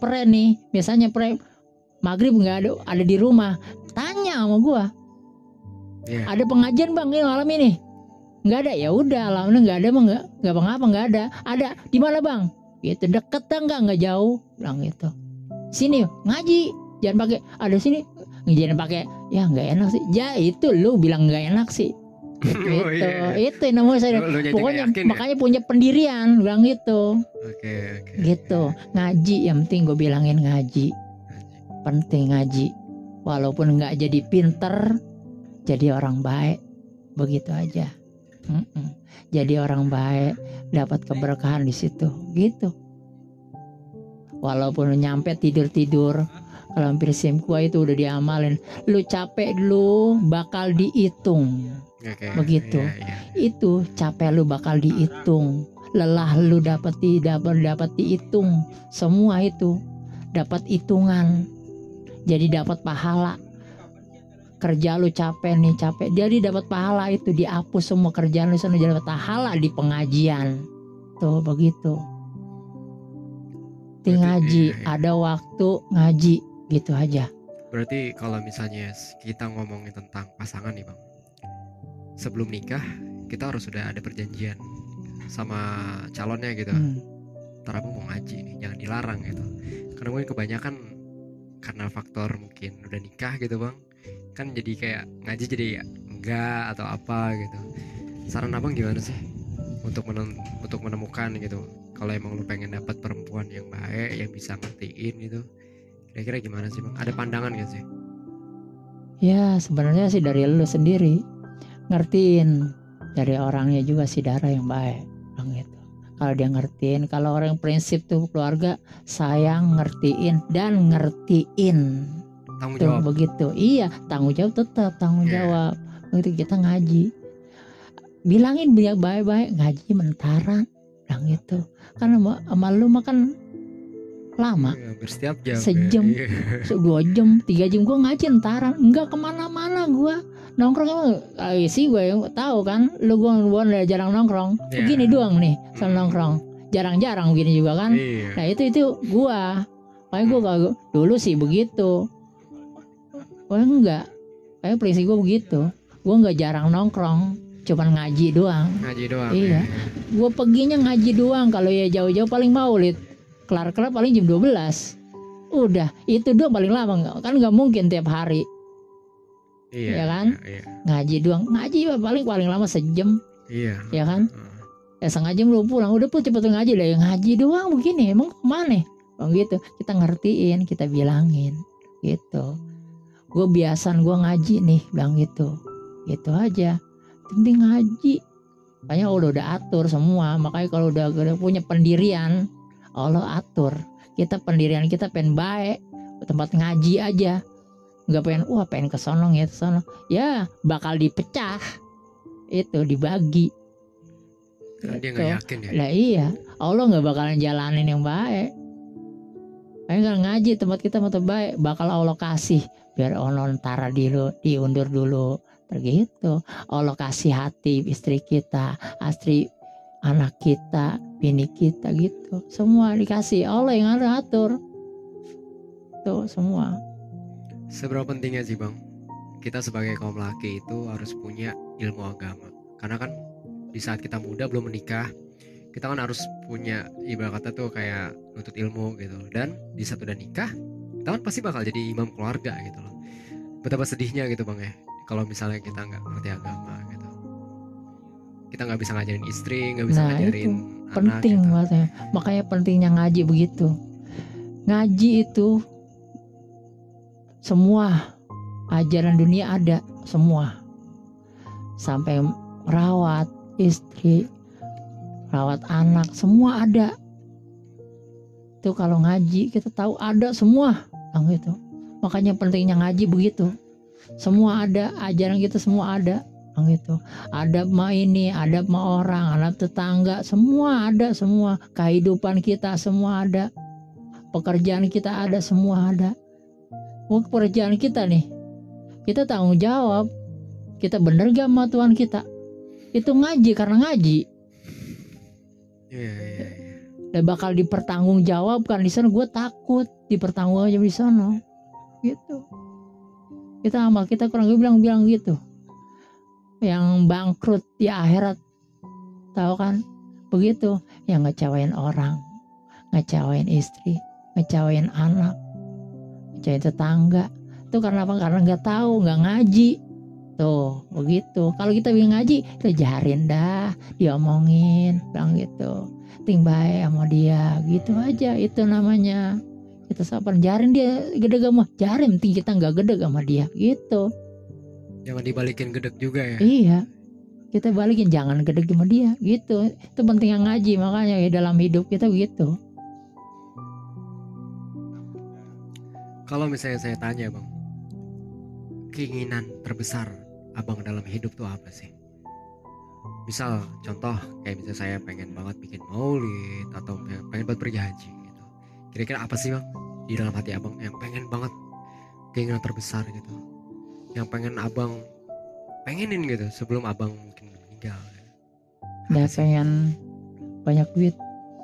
maghrib nggak ada di rumah, tanya sama gua, ada pengajian bang ini malam ini? Nggak ada, ya udah, alhamdulillah nggak ada, nggak apa-apa, nggak ada. Ada di mana bang? Gitu, deket nggak jauh, bilang gitu. Sini ngaji, jangan pakai ada sini, jangan pakai, ya nggak enak sih. Ya itu lu bilang nggak enak sih. Gitu. Itu namanya saya. Pokoknya makanya punya pendirian, bilang gitu. Gitu, ngaji yang penting, gue bilangin ngaji. Penting ngaji. Walaupun nggak jadi pinter, jadi orang baik, begitu aja. Jadi orang baik, dapat keberkahan di situ, gitu. walaupun lu nyampe tidur, kalau hampir simkua itu udah diamalin, lu capek lu bakal dihitung. Oke, Begitu. iya. Itu capek lu bakal dihitung, lelah lu dapat dihitung, semua itu dapat hitungan, jadi dapat pahala. Kerja lu capek, jadi dapat pahala, itu dihapus semua kerjaan lu sana, jadi dapat pahala di pengajian. Tuh begitu. Di ngaji, ada waktu ngaji, gitu aja. Berarti kalau misalnya kita ngomongin tentang pasangan nih Bang, sebelum nikah kita harus sudah ada perjanjian sama calonnya gitu. Ntar abang mau ngaji nih, jangan dilarang gitu. Karena mungkin kebanyakan karena faktor mungkin udah nikah gitu Bang, kan jadi kayak ngaji jadi enggak atau apa gitu. Saran abang gimana sih untuk menemukan gitu, kalau emang lu pengen dapat perempuan yang baik, yang bisa ngertiin gitu, kira-kira gimana sih Bang? Ada pandangan gak sih? Ya sebenarnya sih dari lu sendiri, ngertiin dari orangnya juga sih, darah yang baik Bang gitu. Kalau dia ngertiin, kalau orang prinsip tuh keluarga sayang, ngertiin dan ngertiin. Tanggung tuh jawab. Begitu. Iya, tanggung jawab, tetap tanggung jawab. Begitu kita ngaji, bilangin biar baik-baik, ngaji mentaran bilang gitu. Karena sama lu makan lama, setiap jam, sejam, 2 jam, 3 jam gue ngaji entaran, enggak kemana-mana gue nongkrong. Emang sih gue yang tahu kan, lu gue jarang nongkrong, begini doang nih sama nongkrong, jarang-jarang begini juga kan. Nah itu gue, kayak gue dulu sih begitu, gue enggak, kayak prinsip gue begitu, gue enggak jarang nongkrong, cuman ngaji doang. Iya, gue perginya ngaji doang. Kalau ya jauh-jauh paling maulid, kelar paling jam 12. Udah, itu doang paling lama, kan nggak mungkin tiap hari. Ya kan? Ngaji doang. Ngaji paling lama sejam. Ya kan? Ya setengah jam lu pulang. Udah cepet ngaji lah. Ngaji doang begini. Emang kemana? Bang gitu. Kita ngertiin, kita bilangin gitu. Gue biasan gue ngaji nih, bilang gitu. Gitu aja. Penting ngaji. Makanya Allah udah atur semua. Makanya kalau udah punya pendirian, Allah atur. Kita pendirian kita pengen baik, tempat ngaji aja, nggak pengen kesono ya kesono, ya bakal dipecah, itu dibagi. Karena dia nggak yakin ya. Lah iya, Allah nggak bakalan jalanin yang baik. Kalau ngaji tempat kita mau terbaik, bakal Allah kasih, biar Allah ntar diundur dulu, begitu. Allah kasih hati istri kita, anak kita, bini kita gitu, semua dikasih Allah yang ada atur tuh semua. Seberapa pentingnya sih Bang kita sebagai kaum laki itu harus punya ilmu agama? Karena kan di saat kita muda belum menikah, kita kan harus punya ibarat kata tuh kayak nuntut ilmu gitu. Dan di saat udah nikah, kita kan pasti bakal jadi imam keluarga gitu loh. Betapa sedihnya gitu Bang ya, kalau misalnya kita nggak ngerti agama gitu. Kita nggak bisa ngajarin istri, nggak bisa ngajarin itu anak penting gitu. Makanya. Makanya pentingnya ngaji begitu. Ngaji itu semua ajaran dunia ada semua, sampai rawat istri, rawat anak, semua ada. Itu kalau ngaji kita tahu ada semua, gitu. Makanya pentingnya ngaji begitu. Semua ada, ajaran kita semua ada. Gitu. Adab mah ini, adab mah orang, adab tetangga, semua ada, semua kehidupan kita semua ada, pekerjaan kita ada, semua ada. Pekerjaan kita nih, kita tanggung jawab, kita bener gak sama Tuhan kita, itu ngaji, karena ngaji. Dan bakal dipertanggungjawabkan di sana. Gue takut dipertanggungjawab di sana, gitu. Kita amal kita kurang, gue bilang gitu. Yang bangkrut di akhirat, tahu kan? Begitu, yang ngecewain orang, ngecewain istri, ngecewain anak, ngecewain tetangga. Itu karena apa? Karena nggak tahu, nggak ngaji. Tuh, begitu. Kalau kita bilang ngaji, kita jarin dah, diomongin, bilang gitu. Ting baik sama dia, gitu aja. Itu namanya kita sabar. Jarin dia gede gak mau, jarin. Ting kita nggak gede sama dia, gitu. Jangan dibalikin gedek juga ya. Iya, kita balikin, jangan gedek sama dia, gitu. Itu pentingnya ngaji. Makanya ya dalam hidup kita begitu. Kalau misalnya saya tanya bang, keinginan terbesar abang dalam hidup tuh apa sih? Misal contoh kayak misalnya saya pengen banget bikin maulid atau pengen banget pergi haji gitu. Kira-kira apa sih bang di dalam hati abang yang pengen banget, keinginan terbesar gitu, yang pengen abang pengenin gitu sebelum abang mungkin meninggal? Dia pengen banyak duit.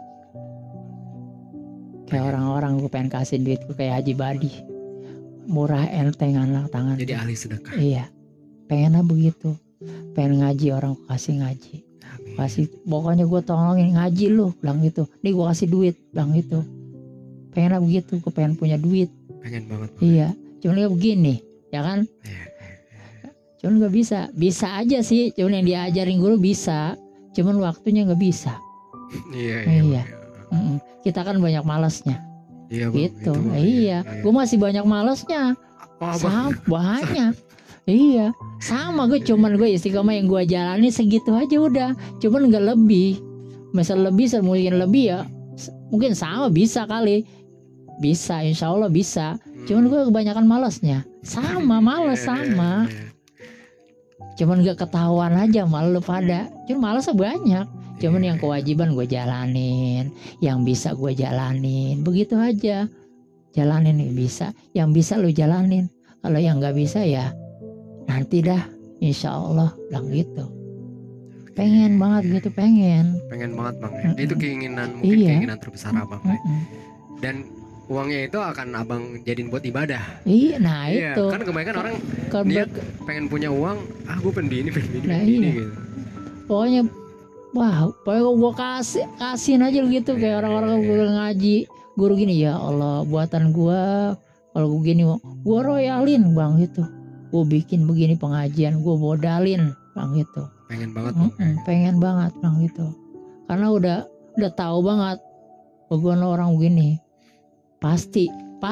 Kayak orang-orang gue pengen kasih duit gue kayak Haji Badi, murah enteng anak tangan. Jadi ahli sedekah. Iya, pengennya begitu. Pengen ngaji orang kasih ngaji. Amin. Kasih pokoknya gue tolongin ngaji lu, bilang gitu. Nih gue kasih duit, bilang gitu. Pengennya begitu, gue pengen punya duit. Pengen banget. Iya, cuman ya begini, ya kan? Iya. Cuman gak bisa. Bisa aja sih, cuman yang diajarin guru bisa. Cuman waktunya gak bisa. Iya. Kita kan banyak malasnya. Iya bang, Gitu. itu, Iya. Gue masih banyak malasnya. Sama banyak. Iya. Sama gue, cuman gue istiqomah yang gue jalani segitu aja udah. Cuman gak lebih. Misal lebih, mungkin lebih ya. Mungkin sama bisa kali. Bisa, insya Allah bisa. Cuman gue kebanyakan malasnya. Sama, malas sama. Cuman gak ketahuan aja malu pada. Cuman malasnya banyak. Cuman yang kewajiban gue jalanin, yang bisa gue jalanin, begitu aja. Jalanin nih bisa, yang bisa lu jalanin. Kalau yang nggak bisa ya nanti dah, insya Allah, bilang gitu. Pengen banget gitu, pengen banget bang. Itu keinginan, mungkin keinginan terbesar abang. Dan uangnya itu akan abang jadiin buat ibadah. Iya, nah itu. Kan kebanyakan orang niat pengen punya uang, gue pengen ini gitu. Pokoknya wah, pokoknya gue kasihin aja gitu kayak orang-orang gue ngaji, guru gini, ya Allah buatan gue kalau gue gini gue royalin bang gitu, gue bikin begini pengajian gue modalin bang gitu. Pengen banget pengen banget bang gitu, karena udah tahu banget gue orang begini pasti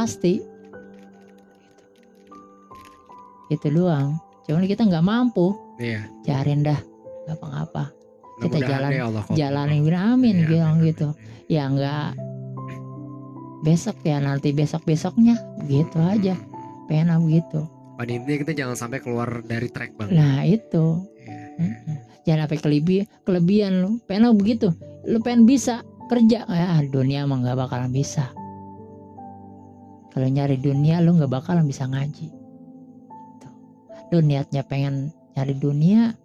itu doang. Cuman kita nggak mampu. Iya. Cariin dah apa-apa. Kita jalanin ya, amin gitu. Ya enggak besok ya, nanti besoknya gitu aja. Pengen begitu. Pada intinya kita jangan sampai keluar dari track bang. Nah itu. Jangan sampai kelebihan lu. Pengen begitu. Lu pengen bisa kerja, ya dunia emang nggak bakalan bisa. Kalau nyari dunia lu nggak bakalan bisa ngaji. Lu niatnya pengen nyari dunia,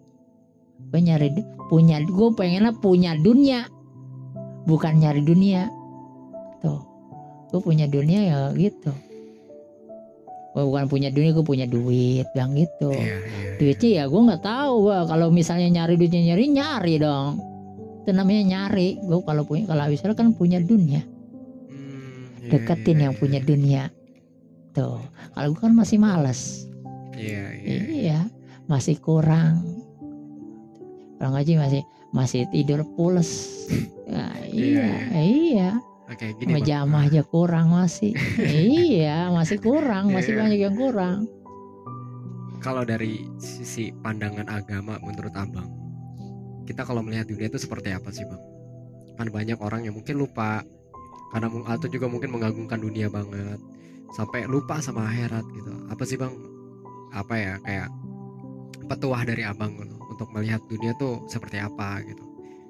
gue pengennya punya dunia, bukan nyari dunia. Tuh, gue punya dunia ya gitu. Gue bukan punya dunia, gue punya duit, bilang gitu. Duitnya ya gue nggak tahu. Gue kalau misalnya nyari duitnya nyari dong. Itu namanya nyari. Gue kalau misalnya kan punya dunia, deketin yang punya dunia. Tuh, kalau gue kan masih malas. Iya, masih kurang. Orang ngaji masih tidur pules. Nah, iya. Oke, gini Jamah aja kurang masih. Iya, masih kurang, masih banyak yang kurang. Kalau dari sisi pandangan agama menurut abang, kita kalau melihat dunia itu seperti apa sih bang? Kan banyak orang yang mungkin lupa, karena atau juga mungkin mengagungkan dunia banget sampai lupa sama akhirat gitu. Apa sih bang? Apa ya, kayak petuah dari abang gitu, untuk melihat dunia tuh seperti apa gitu,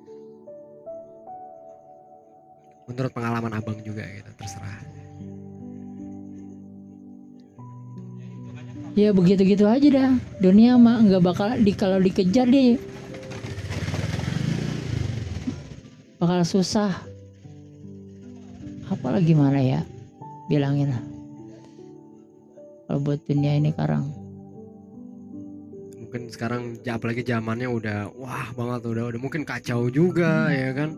menurut pengalaman abang juga gitu, terserah. Ya begitu-gitu aja dah. Dunia mah nggak bakal kalau dikejar dia bakal susah. Apalagi gimana ya bilangin lah. Kalau buat dunia ini sekarang. Mungkin sekarang apalagi zamannya udah wah banget, udah mungkin kacau juga ya kan.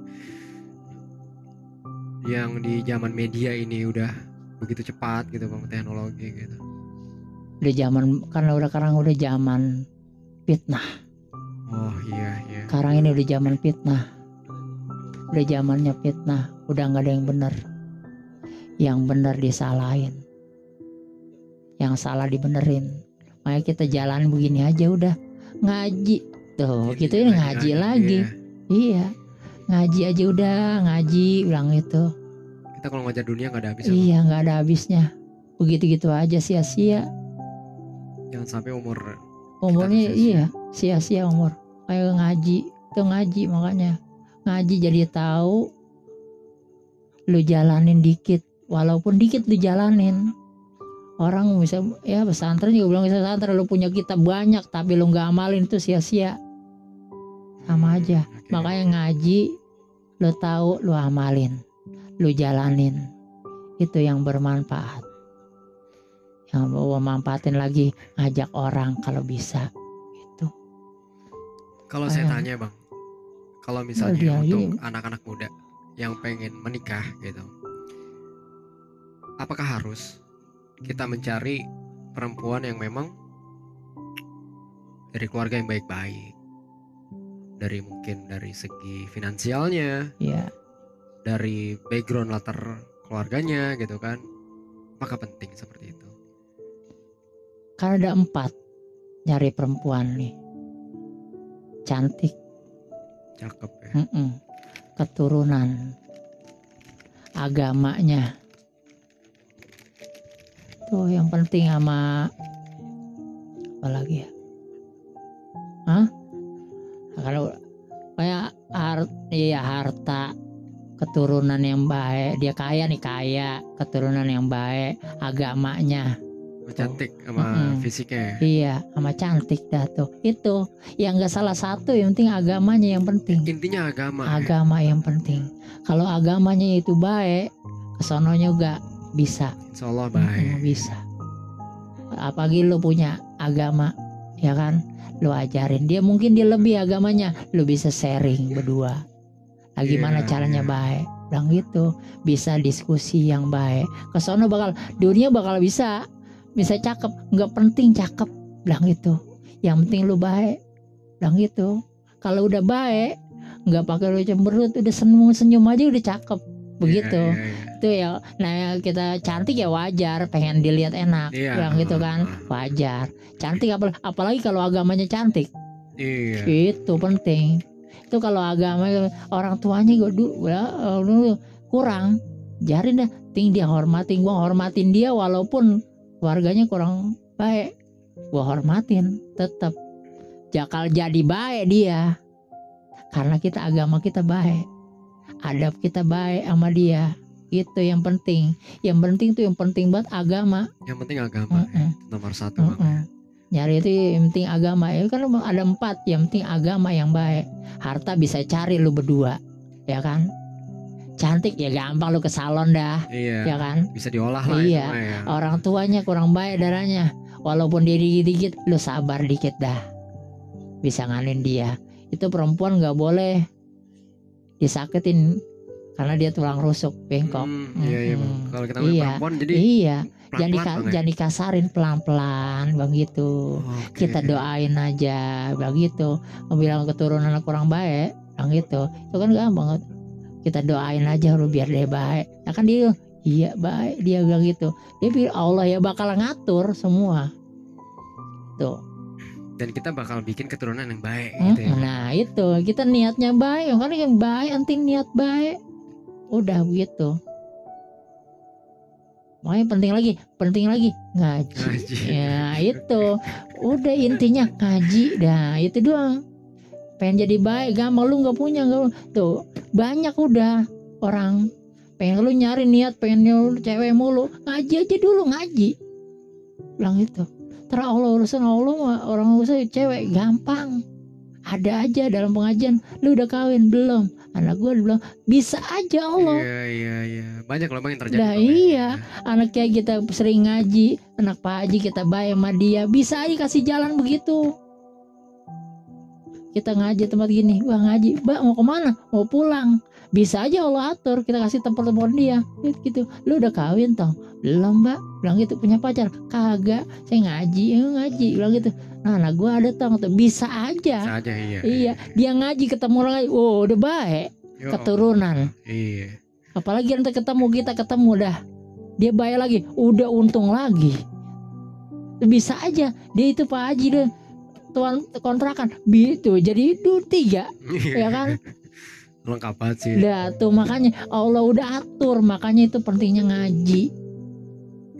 Yang di zaman media ini udah begitu cepat gitu bang, teknologi gitu. Udah zaman, karena sekarang udah zaman fitnah. Oh iya. Sekarang ini udah zaman fitnah. Udah zamannya fitnah, udah nggak ada yang benar. Yang benar disalahin, yang salah dibenerin. Makanya kita jalan begini aja udah, ngaji tuh, kita ini ngaji lagi. Iya, ngaji aja udah, ngaji bilang itu. Kita kalau ngajar dunia nggak ada habisnya. Iya, nggak ada habisnya. begitu-gitu aja sia-sia Jangan sampai umurnya. kita sia-sia. Iya, sia-sia umur. Kayak ngaji, itu ngaji, makanya ngaji jadi tahu, lu jalanin dikit, walaupun dikit lu jalanin. Orang bisa ya pesantren juga bilang pesantren, lu punya kitab banyak tapi lu nggak amalin, itu sia-sia, sama aja. Oke. Makanya ngaji, lu tahu, lu amalin, lu jalanin, itu yang bermanfaat. Yang mau manfaatin lagi, ngajak orang kalau bisa. Itu Kalau saya Kayak- tanya Bang, kalau misalnya dia untuk aja. anak-anak muda yang pengen menikah gitu, apakah harus kita mencari perempuan yang memang dari keluarga yang baik-baik, mungkin dari segi finansialnya, Ya, dari background latar keluarganya gitu kan? Apakah penting seperti itu? kan ada 4 nyari perempuan nih, cantik, Cakep ya. keturunan, agamanya, tuh yang penting. Sama apa lagi ya? Kalau kayak harta, keturunan yang baik, dia kaya nih, keturunan yang baik, agamanya. Cantik sama fisiknya. Iya, sama cantik dah tuh. Itu yang enggak salah satu, yang penting agamanya yang penting. Intinya agama. Agama yang penting. Kalau agamanya itu baik, kesononya juga bisa. Insya Allah baik. Bisa. Apalagi lu punya agama, ya kan? Lu ajarin dia, mungkin dia lebih agamanya, lu bisa sharing berdua. Gimana caranya baik, bilang gitu. Bisa diskusi yang baik. Kesono dunia bakal bisa cakep, nggak penting cakep, bilang gitu. Yang penting lu baik, bilang gitu. Kalau udah baik, nggak pakai lu cemberut, udah senyum aja udah cakep, begitu. Itu ya. Nah, kita cantik ya wajar, pengen dilihat enak, bilang gitu kan, wajar. Cantik apalagi kalau agamanya cantik, itu penting. Itu kalau agama orang tuanya gue dulu kurang, jarin dah, ting dia hormatin, gua hormatin dia walaupun keluarganya kurang baik, gua hormatin tetap. Jakal jadi baik dia, karena kita agama kita baik, adab kita baik sama dia. Itu yang penting. Yang penting tuh, yang penting banget agama. Yang penting agama nomor 1. Nyari itu yang penting agama. Ya kan ada 4, yang penting agama yang baik. Harta bisa cari lu berdua, ya kan? Cantik ya gampang, lu ke salon dah, ya kan? Bisa diolah lah. Iya. Orang tuanya kurang baik darahnya, walaupun dia dikit-dikit, lu sabar dikit dah, bisa ngalin dia. Itu perempuan nggak boleh disakitin karena dia tulang rusuk, bengkok. Iya. Kalau kita perempuan jadi jangan dikasarin, pelan-pelan begitu. Kita doain aja begitu. Bilang keturunan kurang baik, bang gitu. Itu kan gampang. Kita doain aja lu biar dia baik. Ya kan dia iya baik, dia bilang gitu. Dia bilang Allah ya bakal ngatur semua. Tuh. Dan kita bakal bikin keturunan yang baik gitu ya. Nah, itu kita niatnya baik, kan yang baik, nanti niat baik. Udah begitu. Makanya penting lagi ngaji. Ya itu udah intinya ngaji dah, itu doang. Pengen jadi baik gampang, lu nggak punya tuh banyak udah orang pengen lu nyari niat pengen cewek mulu, ngaji aja dulu, ngaji bilang itu. Terus Allah urusan Allah, orang urusan cewek gampang, ada aja dalam pengajian. Lu udah kawin belum? Anak gue bilang bisa aja Allah. Iya. Banyak loh yang terjadi. Nah iya, anak kayak kita sering ngaji, anak Pak Haji kita baik sama dia, bisa aja kasih jalan begitu. Kita ngaji tempat gini, wah ngaji, Mbak mau kemana? Mau pulang. Bisa aja Allah atur, kita kasih tempat-tempat dia, gitu. Lu udah kawin toh? Belum Mbak, bilang gitu. Punya pacar? Kagak, saya ngaji, bilang gitu. Nah anak gue ada toh, bisa aja. Iya, dia ngaji ketemu orang lain, oh udah baik, keturunan. Iya. Apalagi nanti kita ketemu dah, dia baik lagi, udah untung lagi. Bisa aja, dia itu Pak Haji deh. Tuan kontrakan gitu jadi 3 ya kan, lengkap banget sih. Tuh makanya Allah udah atur, makanya itu pentingnya ngaji.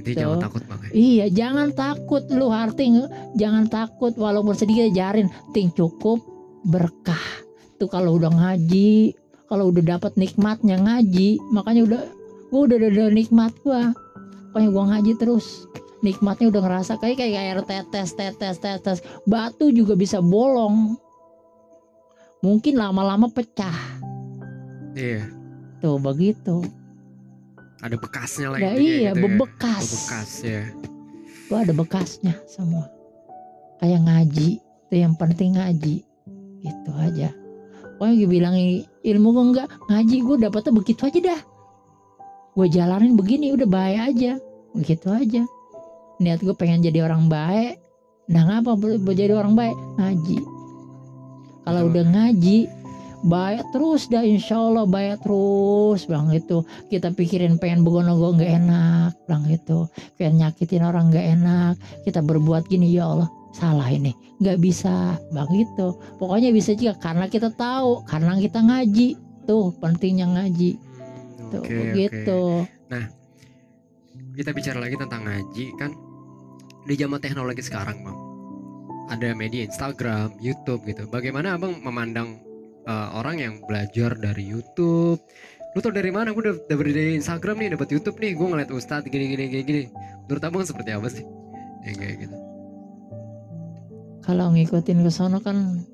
Jadi Tuh. jangan takut Bang ya. Iya, jangan takut lu Harting, jangan takut walaupun sedikit jarin, ting cukup berkah. Tuh kalau udah ngaji, kalau udah dapat nikmatnya ngaji, makanya gua udah nikmat gua. Makanya gua ngaji terus. Nikmatnya udah ngerasa kayak air tetes. Batu juga bisa bolong. Mungkin lama-lama pecah. Iya. Tuh begitu. Ada bekasnya lah Nah, intinya iya, gitu bebekas. Bebekas ya. Gua ada bekasnya semua. Kayak ngaji, itu yang penting ngaji. Gitu aja. Pokoknya gue bilang ilmu gue enggak, ngaji gue dapetnya begitu aja dah. Gue jalanin begini udah baik aja. Begitu aja. Niat gue pengen jadi orang baik. Nah ngapa jadi orang baik? Ngaji. Kalau udah ngaji baik terus dah, insya Allah baik terus bang itu. Kita pikirin pengen begono nggak enak bang itu, pengen nyakitin orang nggak enak, kita berbuat gini ya Allah salah ini nggak bisa bang itu. Pokoknya bisa juga karena kita tahu, karena kita ngaji. Tuh pentingnya ngaji tuh begitu. Nah kita bicara lagi tentang ngaji kan, di zaman teknologi sekarang bang, ada media Instagram, YouTube gitu. Bagaimana abang memandang orang yang belajar dari YouTube? Lu tau dari mana? Gue udah dari Instagram nih, dapat YouTube nih, gue ngeliat Ustadz gini. Menurut abang seperti apa sih yang kayak gitu? Kalau ngikutin ke sono kan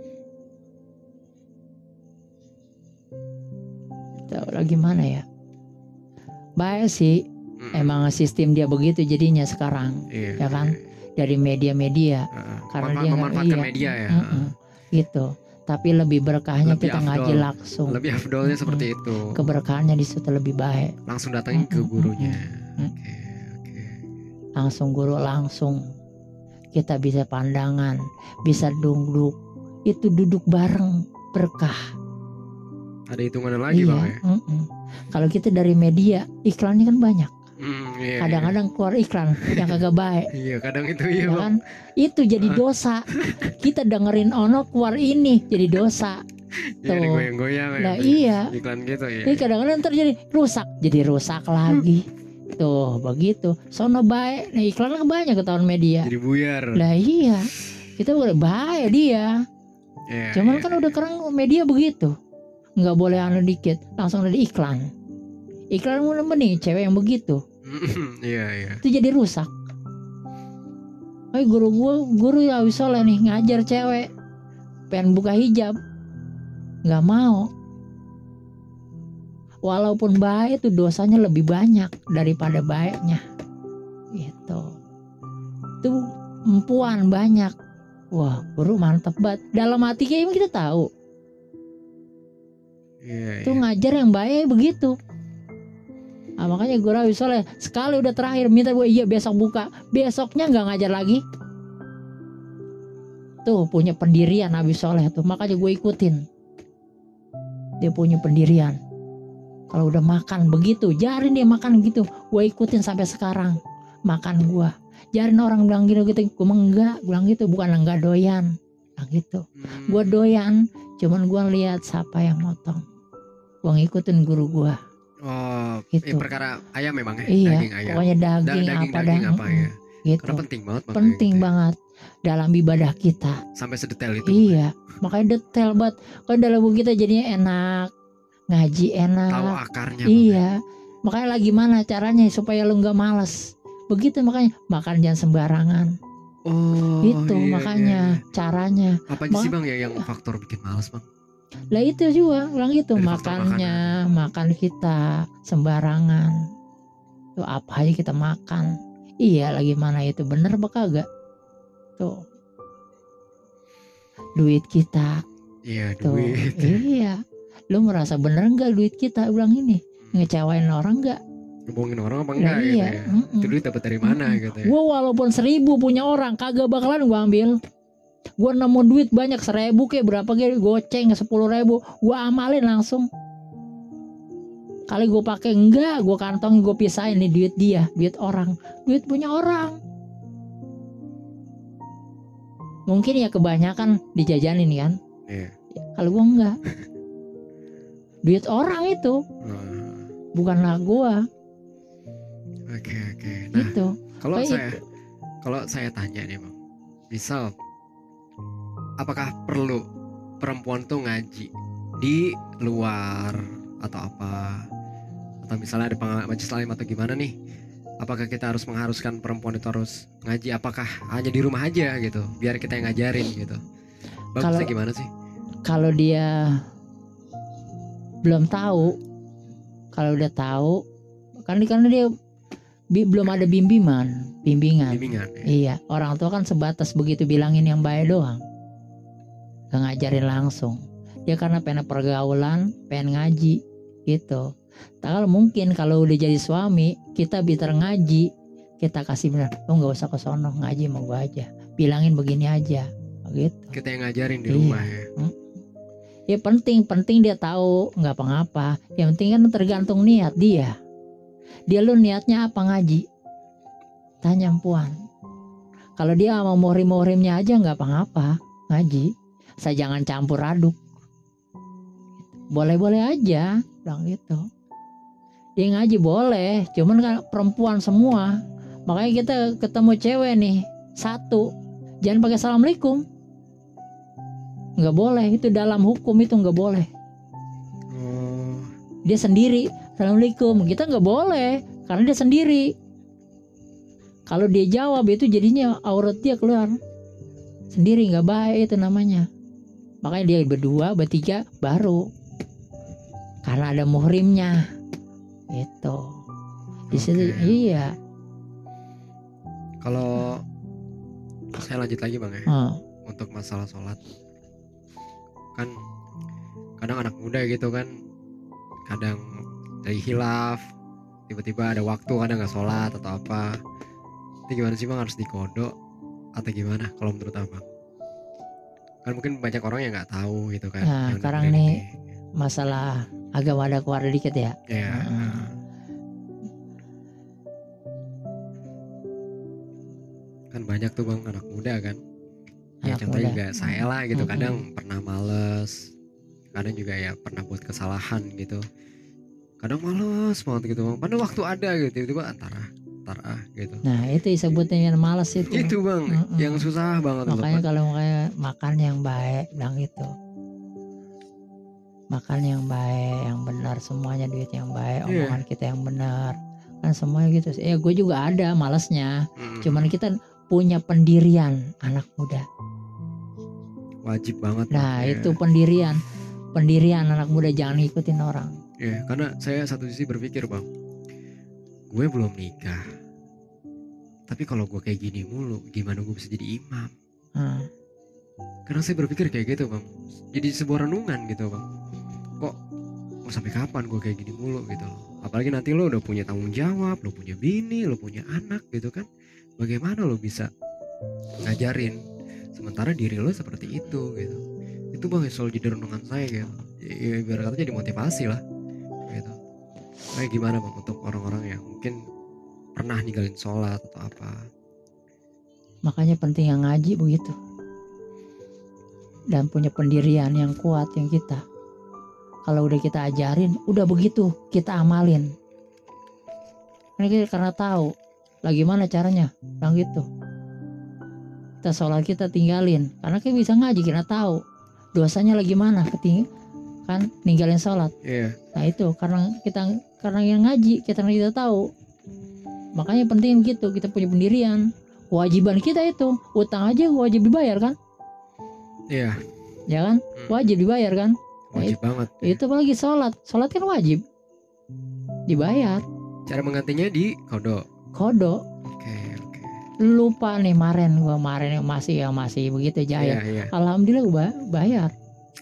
lagi mana ya? Baik sih. Emang sistem dia begitu jadinya sekarang. Iya, ya kan? Dari media-media. Karena dia memanfaatkan media ya. Gitu. Tapi lebih berkahnya lebih kita afdol, ngaji langsung. Lebih afdolnya seperti itu. Keberkahannya di situ lebih baik. Langsung datangin ke gurunya. Oke. Langsung guru langsung. Kita bisa pandangan, bisa duduk. Itu duduk bareng berkah. Ada hitungannya lagi bang ya. Kalau kita dari media, iklannya kan banyak. Iya, kadang-kadang keluar iklan yang kagak baik. Iya, kadang itu iya ya kan? Itu jadi dosa. Kita dengerin ono keluar ini jadi dosa. Tuh. Ya, goyang-goyang. Nah iya. Iklan gitu ya. Jadi kadang-kadang terjadi rusak, jadi rusak lagi. Tuh begitu. Sono baik. Nah iklan kan banyak ketahuan media. Jadi buyar. Lah iya. Kita udah baik dia. Cuman kan udah kerang media begitu. Nggak boleh anu dikit, langsung ada iklan. Iklan mending cewek yang begitu. Iya. Itu jadi rusak. Guru ya soleh nih ngajar cewek, pengen buka hijab, nggak mau. Walaupun baik itu dosanya lebih banyak daripada baiknya. Gitu. Itu empuan banyak. Wah, guru mantep banget. Dalam hati kayaknya kita tahu. Itu ngajar yang baik begitu. Nah, makanya gue Rawi Soleh sekali udah terakhir minta gue iya besok buka, besoknya nggak ngajar lagi. Tuh punya pendirian Nabi Soleh tuh, makanya gue ikutin. Dia punya pendirian. Kalau udah makan begitu, jarin dia makan gitu, gue ikutin sampai sekarang. Makan gue, jarin orang bilang gitu, gue enggak, bilang gitu, bukan enggak doyan, bilang gitu. Gue doyan, cuman gue lihat siapa yang motong. Gue ngikutin guru gue. Oh, gitu. Perkara ayam memang ya? Iya, daging ayam. Pokoknya daging apa ya? Gitu. Karena penting banget. Penting gitu banget dalam ibadah kita. Sampai sedetail itu. Iya, makanya detail banget. Kalau dalam buku kita jadinya enak, ngaji enak. Tahu akarnya. Iya, makanya lagi mana caranya supaya lu nggak malas. Begitu makanya makan jangan sembarangan. Oh, itu iya, makanya caranya. Apa aja sih bang ya yang faktor bikin malas bang? Lah itu juga bilang gitu, makannya makan kita sembarangan. Tuh apa aja kita makan. Iya lagi mana itu bener apa kagak? Tuh duit kita. Iya tuh, duit. Iya. Lu merasa bener nggak duit kita? Bilang ini ngecewain orang nggak? Ngebohongin orang apa enggak nah, gitu iya. ya? Itu duit dapat dari mana gitu ya? Gue walaupun 1000 punya orang kagak bakalan gue ambil. Gue nemu duit banyak 1000 kayak berapa kayak goceng 10.000 gue amalin langsung. Kali gue pakai enggak, gue kantongin, gue pisahin nih duit dia, duit orang, duit punya orang. Mungkin ya kebanyakan dijajanin kan? Iya. Kalau gue enggak, duit orang itu, bukanlah gue. Oke. Nah, Gitu. kalau saya tanya nih bang, misal apakah perlu perempuan tuh ngaji di luar atau apa, atau misalnya ada majelis taklim atau gimana nih, apakah kita harus mengharuskan perempuan itu harus ngaji, apakah hanya di rumah aja gitu biar kita yang ngajarin gitu? Bagusnya gimana sih? Kalau dia belum tahu, kalau udah tahu karena dia belum ada bimbingan. Ya? Iya, orang tua kan sebatas begitu bilangin yang baik doang, gak ngajarin langsung. Dia karena pengen pergaulan, pengen ngaji gitu. Kalau mungkin kalau udah jadi suami, kita biar ngaji, kita kasih benar, lo nggak usah ke sono, ngaji sama gua aja, bilangin begini aja gitu. Kita yang ngajarin di rumah ya. Ya penting dia tahu, nggak apa-apa. Yang penting kan tergantung niat dia lu niatnya apa ngaji, tanya puan. Kalau dia mau muhrimnya aja nggak apa-apa ngaji, saya jangan campur aduk, boleh aja bilang gitu. Dia ngaji boleh, cuman kan perempuan semua, makanya kita ketemu cewek nih satu, jangan pakai assalamualaikum, nggak boleh, itu dalam hukum itu nggak boleh. Dia sendiri assalamualaikum, kita nggak boleh karena dia sendiri. Kalau dia jawab itu jadinya aurat dia keluar sendiri, nggak baik itu namanya. Makanya dia berdua bertiga baru, karena ada muhrimnya itu di situ. Iya. Kalau saya lanjut lagi bang ya, untuk masalah sholat, kan kadang anak muda gitu kan, kadang dari hilaf, tiba-tiba ada waktu kadang nggak sholat atau apa. Itu gimana sih bang, harus dikodok atau gimana kalau menurut abang? Kan mungkin banyak orang yang nggak tahu gitu kan. Nah sekarang nih masalah agama ada keluar dikit ya. Kan banyak tuh bang anak muda kan, ya contohnya juga saya lah gitu, kadang pernah males, kadang juga ya pernah buat kesalahan gitu, kadang males banget gitu bang, padahal waktu ada gitu, tiba-tiba antara gitu. Nah itu disebutnya malas itu. Itu bang yang susah banget. Makanya kalau makan yang baik, bilang itu makan yang baik, yang benar, semuanya duit yang baik, omongan kita yang benar, kan semuanya gitu. Gue juga ada malasnya, cuman kita punya pendirian anak muda. Wajib banget. Nah itu pendirian anak muda, jangan ngikutin orang. Karena saya satu sisi berpikir bang, gue belum nikah, tapi kalau gue kayak gini mulu, gimana gue bisa jadi imam? Karena saya berpikir kayak gitu bang, jadi sebuah renungan gitu bang, kok mau sampai kapan gue kayak gini mulu gitu loh. Apalagi nanti lo udah punya tanggung jawab, lo punya bini, lo punya anak gitu kan, bagaimana lo bisa ngajarin sementara diri lo seperti itu gitu. Itu bang selalu jadi renungan saya gitu, ya biar kata jadi motivasi lah gitu. Kayak gimana bang untuk orang-orang yang mungkin pernah ninggalin sholat atau apa? Makanya penting yang ngaji begitu, dan punya pendirian yang kuat yang kita. Kalau udah kita ajarin, udah begitu kita amalin. Karena tahu lagi mana caranya, bilang gitu. Kita sholat kita tinggalin, karena kita bisa ngaji, kita tahu dosanya lagi mana, kan ninggalin sholat. Nah itu karena yang ngaji kita tahu. Makanya penting gitu, kita punya pendirian. Kewajiban kita itu, utang aja wajib dibayar kan? Ya kan? Wajib dibayar kan? Wajib banget. Itu apalagi sholat kan wajib dibayar. Cara menggantinya di kodok. Oke. Lupa nih gua masih begitu aja. Alhamdulillah gua bayar.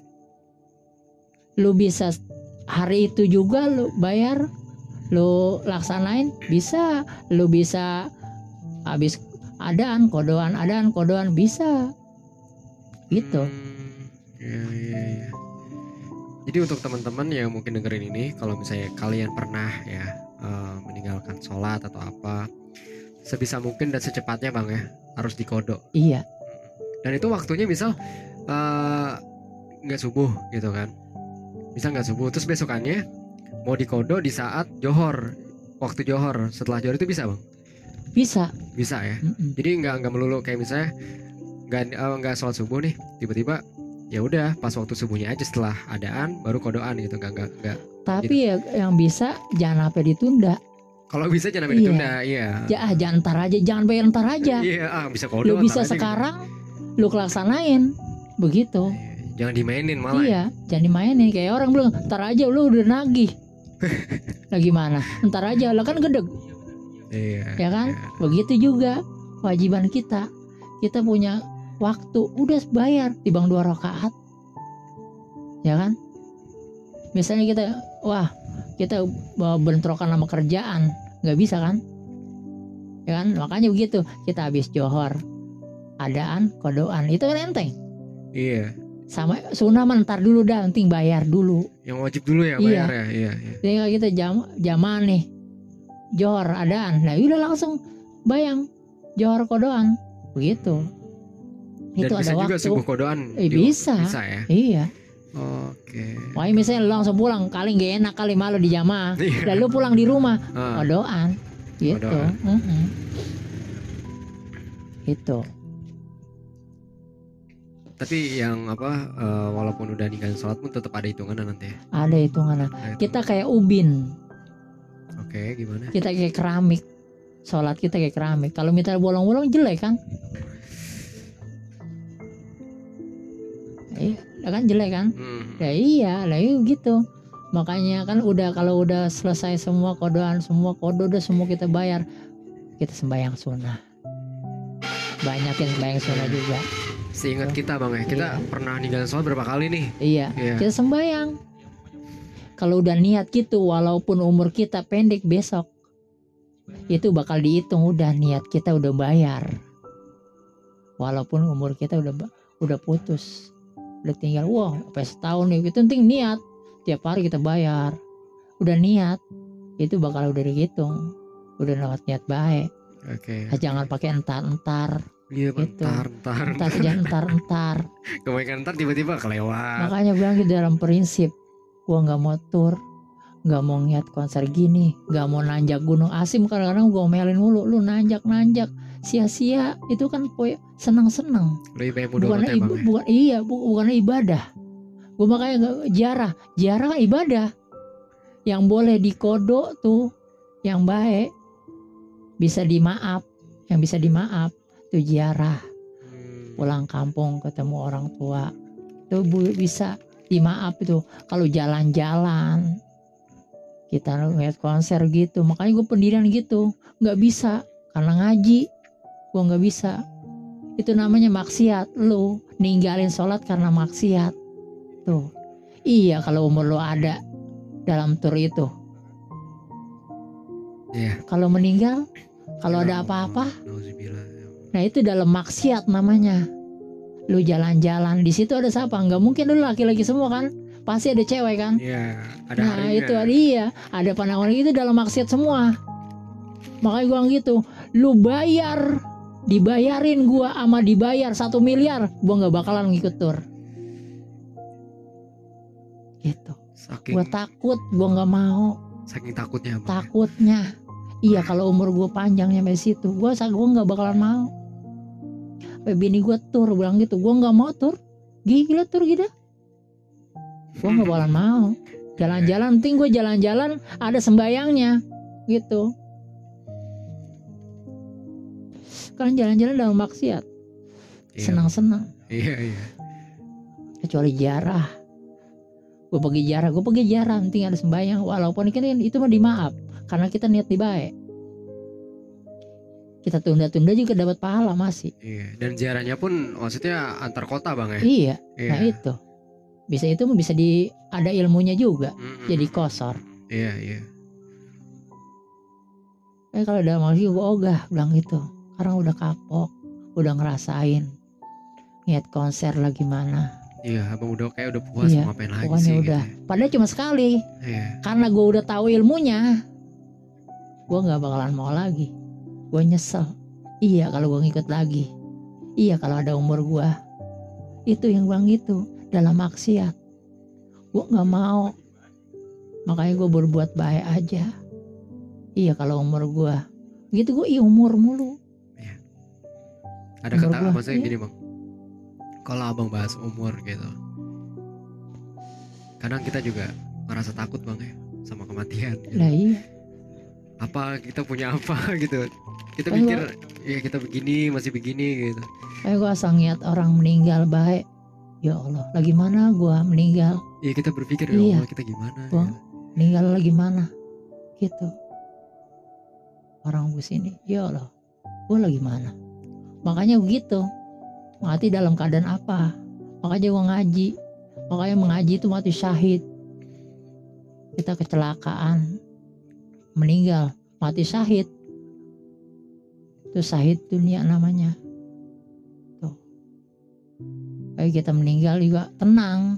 Lu bisa hari itu juga lu bayar, lu laksanain bisa, lu bisa habis adaan kodoan bisa gitu. Iya. Jadi untuk teman-teman yang mungkin dengerin ini, kalau misalnya kalian pernah ya meninggalkan sholat atau apa, sebisa mungkin dan secepatnya bang ya harus dikodok. Iya. Dan itu waktunya misal nggak subuh gitu kan, bisa nggak subuh, terus besokannya mau dikodok di saat johor, waktu johor, setelah johor itu bisa bang? Bisa. Bisa ya. Mm-mm. Jadi nggak melulu kayak misalnya nggak sholat subuh nih, tiba-tiba ya udah pas waktu subuhnya aja setelah adaan baru kodoan gitu, nggak. Tapi ya yang bisa jangan sampai ditunda. Kalau bisa jangan sampai Iya. ditunda, iya. Jangan ntar aja, jangan bayar ntar aja. Iya, bisa kodo. Lu ntar bisa aja gitu. sekarang, lu kelaksanain begitu. Iya, jangan dimainin malah. Iya, jangan dimainin kayak orang bilang, ntar aja lu udah nagih. Nah gimana? Ntar aja, lah kan gedeg, Iya. ya kan? Iya. Begitu juga kewajiban kita. Kita punya waktu, udah bayar timbang 2 rakaat, ya kan? Misalnya kita bentrokan sama kerjaan, nggak bisa kan? Ya kan? Makanya begitu, kita habis johor, adaan, kodoan, itu kan enteng. Iya. Sama sunnah mah ntar dulu dah, penting bayar dulu. Yang wajib dulu ya Iya. bayar ya. Iya. Jadi kalau kita jamaah nih, johor, adaan, nah udah langsung bayang johor, kodoan, begitu. Dan Itu bisa ada juga waktu. subuh kodoan. Bisa. Bisa ya. Iya. Oke. Makanya misalnya lu langsung pulang, kali gak enak kali malu di jamaah. Iya. Lalu pulang di rumah, Ah, kodoan, gitu. Kodoan. Itu. Tapi yang walaupun udah ninggalin sholat pun tetap ada hitungannya nanti ya. Ada hitungannya. Ada Kita kayak ubin, Oke, gimana? kita kayak keramik. Sholat kita kayak keramik. Kalau minta bolong-bolong jelek kan? Iya, kan jelek kan? Ya iya, lah gitu. Makanya kan kalau udah selesai semua kodoan, semua kita bayar, kita sembahyang sunnah. Banyakin sembahyang sunnah juga. Seingat kita bang ya, kita pernah ninggalin sholat berapa kali nih? Iya, Iya. kita sembahyang. Kalau udah niat gitu, walaupun umur kita pendek besok, itu bakal dihitung, udah niat kita udah bayar. Walaupun umur kita udah putus, udah tinggal sampai setahun nih, itu penting niat. Tiap hari kita bayar, udah niat, itu bakal udah dihitung, udah lewat niat baik. Oke. Jangan pakai entar-entar. Iya bang, Gitu. entar. Jangan entar-entar. Kebanyakan entar tiba-tiba kelewat. Makanya bilang gitu dalam prinsip, gua nggak mau tur, nggak mau ngeliat konser gini, nggak mau nanjak gunung Asim. Kadang-kadang gua melin mulu, lu nanjak sia-sia, itu kan senang-senang. Lebih banyak mudah ya bang. Bukan ibadah. Gua makanya jarah kan ibadah. Yang boleh dikodo tuh, yang baik bisa dimaaf, yang bisa dimaaf tuh ziarah, pulang kampung ketemu orang tua itu bisa dimaaf itu. Kalau jalan-jalan kita ngeliat konser gitu, makanya gue pendirian gitu nggak bisa karena ngaji, gue nggak bisa. Itu namanya maksiat, lu ninggalin sholat karena maksiat tuh. Iya, kalau umur lu ada dalam tur itu, kalau meninggal, kalau ada apa-apa, nah itu dalam maksiat namanya. Lu jalan-jalan di situ ada siapa? Nggak mungkin lu laki-laki semua kan? Pasti ada cewek kan? Iya, ada Nah harinya. itu ada pandangan itu dalam maksiat semua. Makanya gua gitu, lu dibayarin gua sama dibayar 1 miliar, gua nggak bakalan ngikut tur. Gitu. Gua takut, gua nggak mau. Saking takutnya. Takutnya. Iya, kalau umur gue panjang sampai situ, gue nggak bakalan mau. Bini gue tur bilang gitu, gue nggak mau tur, gila tur gitu. Gue nggak bakalan mau. Jalan-jalan, penting gue jalan-jalan ada sembayangnya, gitu. Kan jalan-jalan dalam maksiat, senang-senang. Iya. Kecuali jarah. Gue pergi jarah, penting ada sembayang. Walaupun itu mah dimaaf. Karena kita niat baik, kita tunda-tunda juga dapat pahala masih. Iya. Dan ziarahnya pun maksudnya antar kota bang ya. Iya. Nah itu bisa ada ilmunya juga. Jadi kosor. Iya. Kalau dalam masih gue ogah bilang gitu, karena udah kapok, udah ngerasain niat konser lagi mana. Iya, abang udah puas mau ngapain lagi pokoknya sih. Udah. Gitu. Padahal cuma sekali. Iya. Karena gue udah tahu ilmunya, gue nggak bakalan mau lagi. Gue nyesel. Iya kalau gue ngikut lagi. Iya kalau ada umur gue. Itu yang bang itu dalam maksiat. Gue nggak mau. Makanya gue berbuat baik aja. Iya kalau umur gue gitu, gue umur mulu. Ada Umur kata gua, maksudnya iya. gini bang, kalau abang bahas umur gitu, kadang kita juga ngerasa takut bang ya sama kematian gitu. Lah iya. Apa kita punya apa gitu, kita Kayak pikir ya kita begini masih begini gitu. Kayak gue asal ngeliat orang meninggal baik, ya Allah, lagi mana gue meninggal? Iya kita berpikir ya Iya. Allah kita gimana Bang, gitu. meninggal lagi mana? Gitu. Orang bus ini, ya Allah, gue lagi mana? Makanya begitu, mati dalam keadaan apa? Makanya gue ngaji. Makanya mengaji itu mati syahid. Kita kecelakaan, meninggal, mati syahid. Itu syahid dunia namanya. Tuh. Kayak kita meninggal juga tenang.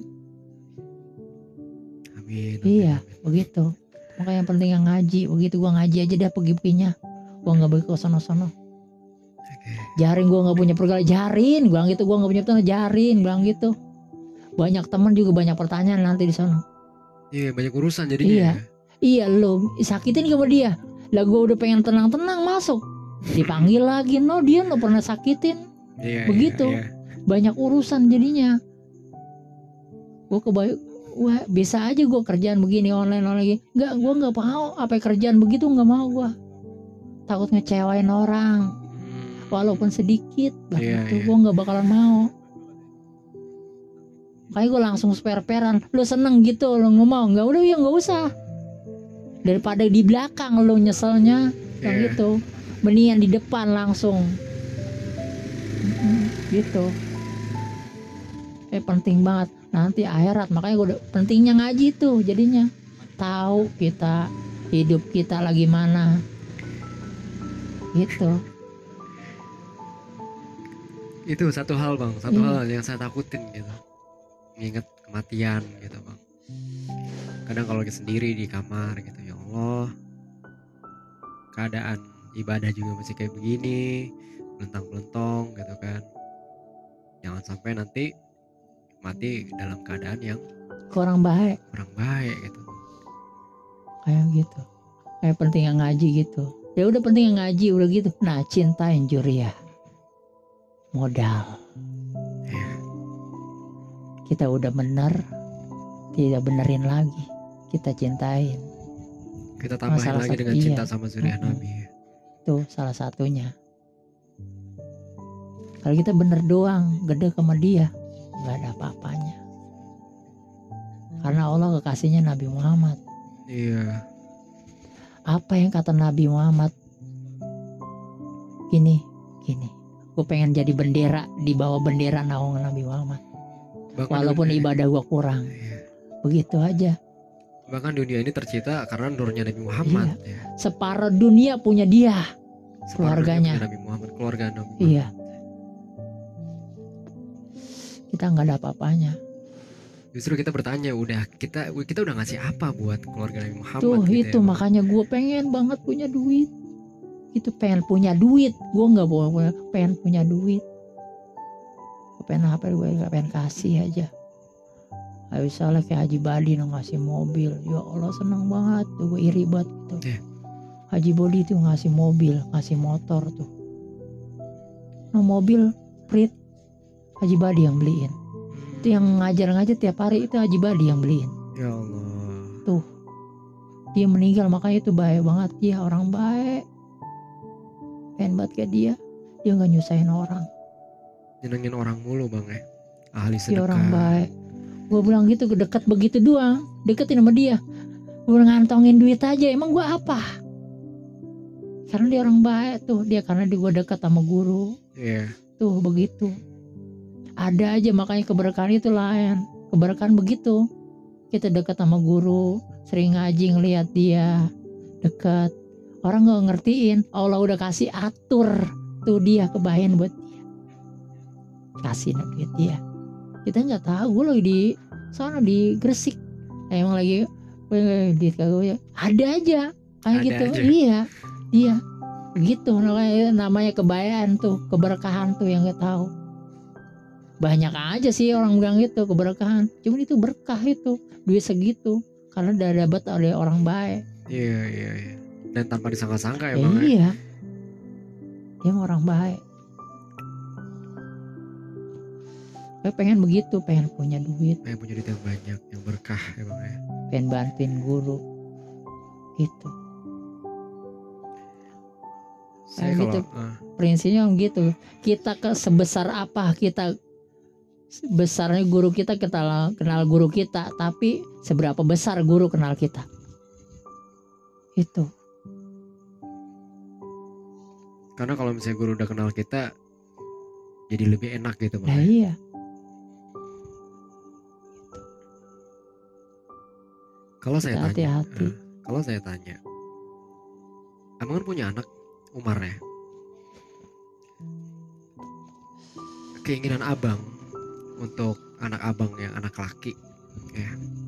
Amin, Iya, amin. begitu. Makanya yang penting yang ngaji. Begitu gue ngaji aja dah pergi-perginya. Gue gak boleh ke sono-sono. Oke. Jaring gue gak punya pergala. Jarin, bilang gitu. Gue gak punya pergala. Jarin, bilang gitu. Banyak teman juga banyak pertanyaan nanti di sana. Iya banyak urusan jadinya. Iya. Ya. Iya lo sakitin sama dia. Lah gue udah pengen tenang-tenang masuk. Dipanggil lagi. No dia lo pernah sakitin. Iya, Begitu. iya. Banyak urusan jadinya. Gue wah bisa aja gue kerjaan begini online lagi. Enggak, gue nggak mau apa kerjaan begitu, nggak mau gue. Takut ngecewain orang, walaupun sedikit. Iya, Gitu iya. gue nggak bakalan mau. Kayak gue langsung spare-parean. Lu seneng gitu, lu nggak mau? Nggak, udah ya nggak usah. Daripada di belakang lu nyeselnya, kayak Iya. gitu. Mendingan di depan langsung. Gitu. Penting banget nanti akhirat. Makanya gue pentingnya ngaji tuh jadinya. Tahu kita hidup kita lagi mana. Gitu. Itu satu hal bang, satu Iya. hal yang saya takutin gitu, mengingat kematian gitu bang. Kadang kalau lagi sendiri di kamar gitu, ya Allah, keadaan ibadah juga masih kayak begini, belentang-belentong gitu kan. Jangan sampai nanti mati dalam keadaan yang Kurang baik kurang baik gitu. kayak gitu. Kayak penting yang ngaji gitu. Ya udah penting yang ngaji udah gitu. Nah, cinta injuriah. Modal. Ya. Kita udah bener, tidak benerin lagi. Kita cintain. Kita tambahin Salah lagi satu- dengan iya. cinta sama zuriat Nabi. Itu salah satunya. Kalau kita bener doang, gede sama dia, nggak ada apa-apanya. Karena Allah kekasihnya Nabi Muhammad. Iya. Apa yang kata Nabi Muhammad? Gini. Gue pengen jadi bendera, di bawah bendera naungan Nabi Muhammad. Walaupun ibadah gue kurang. Iya. Begitu aja. Bahkan dunia ini tercipta karena nurnya Nabi Muhammad. Iya. Ya. Separuh dunia punya dia. Separuh Keluarganya. dunia punya Nabi Muhammad, keluarga Nabi Muhammad. Iya. Kita nggak ada apa-apanya. Justru kita bertanya, kita udah ngasih apa buat keluarga Nabi Muhammad? Tuh gitu itu ya, Bang? makanya gue pengen banget punya duit. Itu pengen punya duit. Gue nggak boleh pengen punya duit. Gue pengen apa? Gue nggak pengen kasih aja. Kayak misalnya kayak Haji Badi ngasih mobil. Ya Allah seneng banget. Tuh gue iri banget gitu. Iya. Haji Badi tuh ngasih mobil, ngasih motor tuh. Nah mobil Prit Haji Badi yang beliin. Itu yang ngajar-ngajar tiap hari itu Haji Badi yang beliin. Ya Allah. Dia meninggal makanya itu baik banget. Dia orang baik. Pengen banget kayak dia. Dia gak nyusahin orang. Nyenengin orang mulu bang ya. Ahli Dia sedekah. orang baik. Gue bilang gitu deket begitu doang. Deketin sama dia. Gue ngantongin duit aja. Emang gue apa? Karena dia orang baik tuh. Dia karena gue dekat sama guru. Iya. Tuh begitu. Ada aja makanya keberkahan itu lain. Keberkahan begitu. Kita dekat sama guru. Sering ngaji ngeliat dia. Dekat. Orang gak ngertiin. Allah udah kasih atur. Tuh dia kebahagiaan buat dia. Kasih duit dia. Kita gak tahu. Gue lagi di sana di Gresik. Emang lagi di gue ada aja. Kayak Ada gitu. aja. Iya. Iya. Gitu namanya kebahagiaan tuh. Keberkahan tuh yang gak tahu. Banyak aja sih orang bilang gitu keberkahan. Cuman itu berkah itu. Duit segitu. Karena udah dapat oleh orang baik. Iya. dan tanpa disangka-sangka ya Bang. Iya, dia mah orang baik. Gue pengen begitu, pengen punya duit, Pengen punya duit yang banyak, yang berkah ya Bang ya. pengen bantuin guru gitu. Saya Kayak gitu. Prinsipnya gitu. Kita ke sebesar apa kita, besarnya guru kita kenal guru kita, tapi seberapa besar guru kenal kita. Itu. karena kalau misalnya guru udah kenal kita jadi lebih enak gitu Bang. Nah Ya. iya. Kalau saya Kita tanya, hati-hati. kalau saya tanya, abang kan punya anak Umar ya. Keinginan abang untuk anak abang yang anak laki, ya,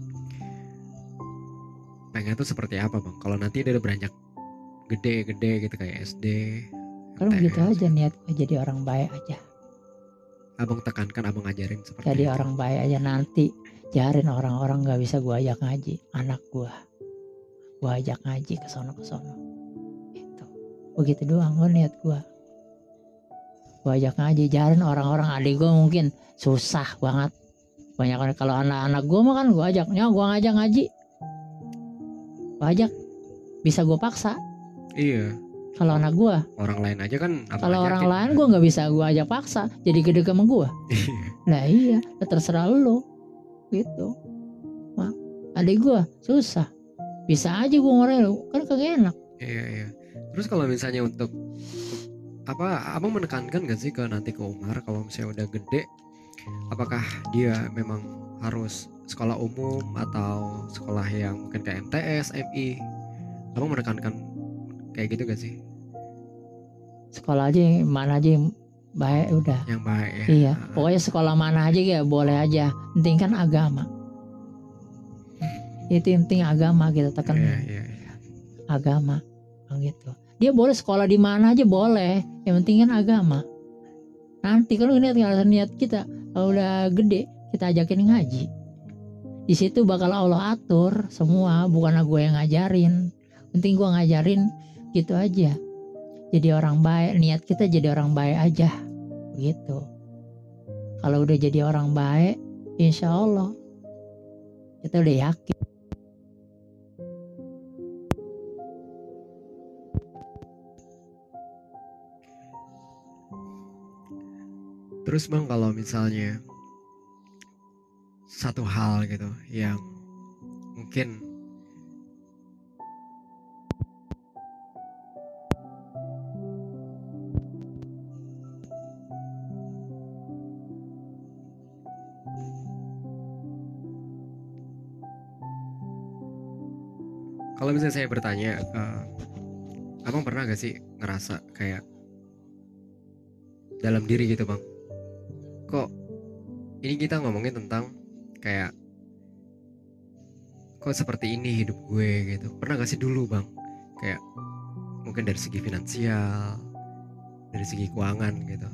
pengen tuh seperti apa bang? Kalau nanti dia udah beranjak gede-gede gitu kayak SD, Kan begitu MTS, aja, niat gue jadi orang baik aja. abang tekankan, abang ngajarin seperti Jadi itu. orang baik aja, nanti jarin orang-orang gak bisa gue ajak ngaji. Anak gue ajak ngaji ke sono. Itu. Begitu doang gue niat gue. Gue ajak ngaji, jarin orang-orang. Adik gue mungkin susah banget. Banyak orang, kalau anak-anak gue mah kan gue ajak. Ya gue ngajak ngaji. Gue ajak. Bisa gue paksa. Iya. Kalau anak gue. Orang lain aja kan. abang Kalau orang ajakin, lain kan? gue gak bisa gue ajak paksa. Jadi gede sama gue. Nah iya, terserah lo gitu. Wah, adik gua susah, bisa aja gua ngorel, kan kagak enak. Iya. Terus kalau misalnya untuk apa, abang menekankan gak sih ke nanti ke Umar kalau misalnya udah gede, apakah dia memang harus sekolah umum atau sekolah yang mungkin kayak MTS, MI? Abang menekankan kayak gitu gak sih? Sekolah aja yang mana aja yang baik udah. Yang baik ya. Iya, pokoknya sekolah mana aja ya boleh aja. Penting kan agama. Itu yang penting agama kita tekan. Iya. Agama, gitu. Dia boleh sekolah di mana aja boleh. Yang penting kan agama. Nanti kalau niat kita kalau udah gede kita ajakin ngaji. Di situ bakal Allah atur semua, bukan gue yang ngajarin. Penting gue ngajarin gitu aja. Jadi orang baik, niat kita jadi orang baik aja. Gitu. Kalau udah jadi orang baik, insya Allah kita udah yakin. Terus bang kalau misalnya satu hal gitu yang mungkin kalau misalnya saya bertanya, abang pernah gak sih ngerasa kayak dalam diri gitu bang, kok ini kita ngomongin tentang kayak kok seperti ini hidup gue gitu, pernah gak sih dulu bang, kayak mungkin dari segi finansial, dari segi keuangan gitu,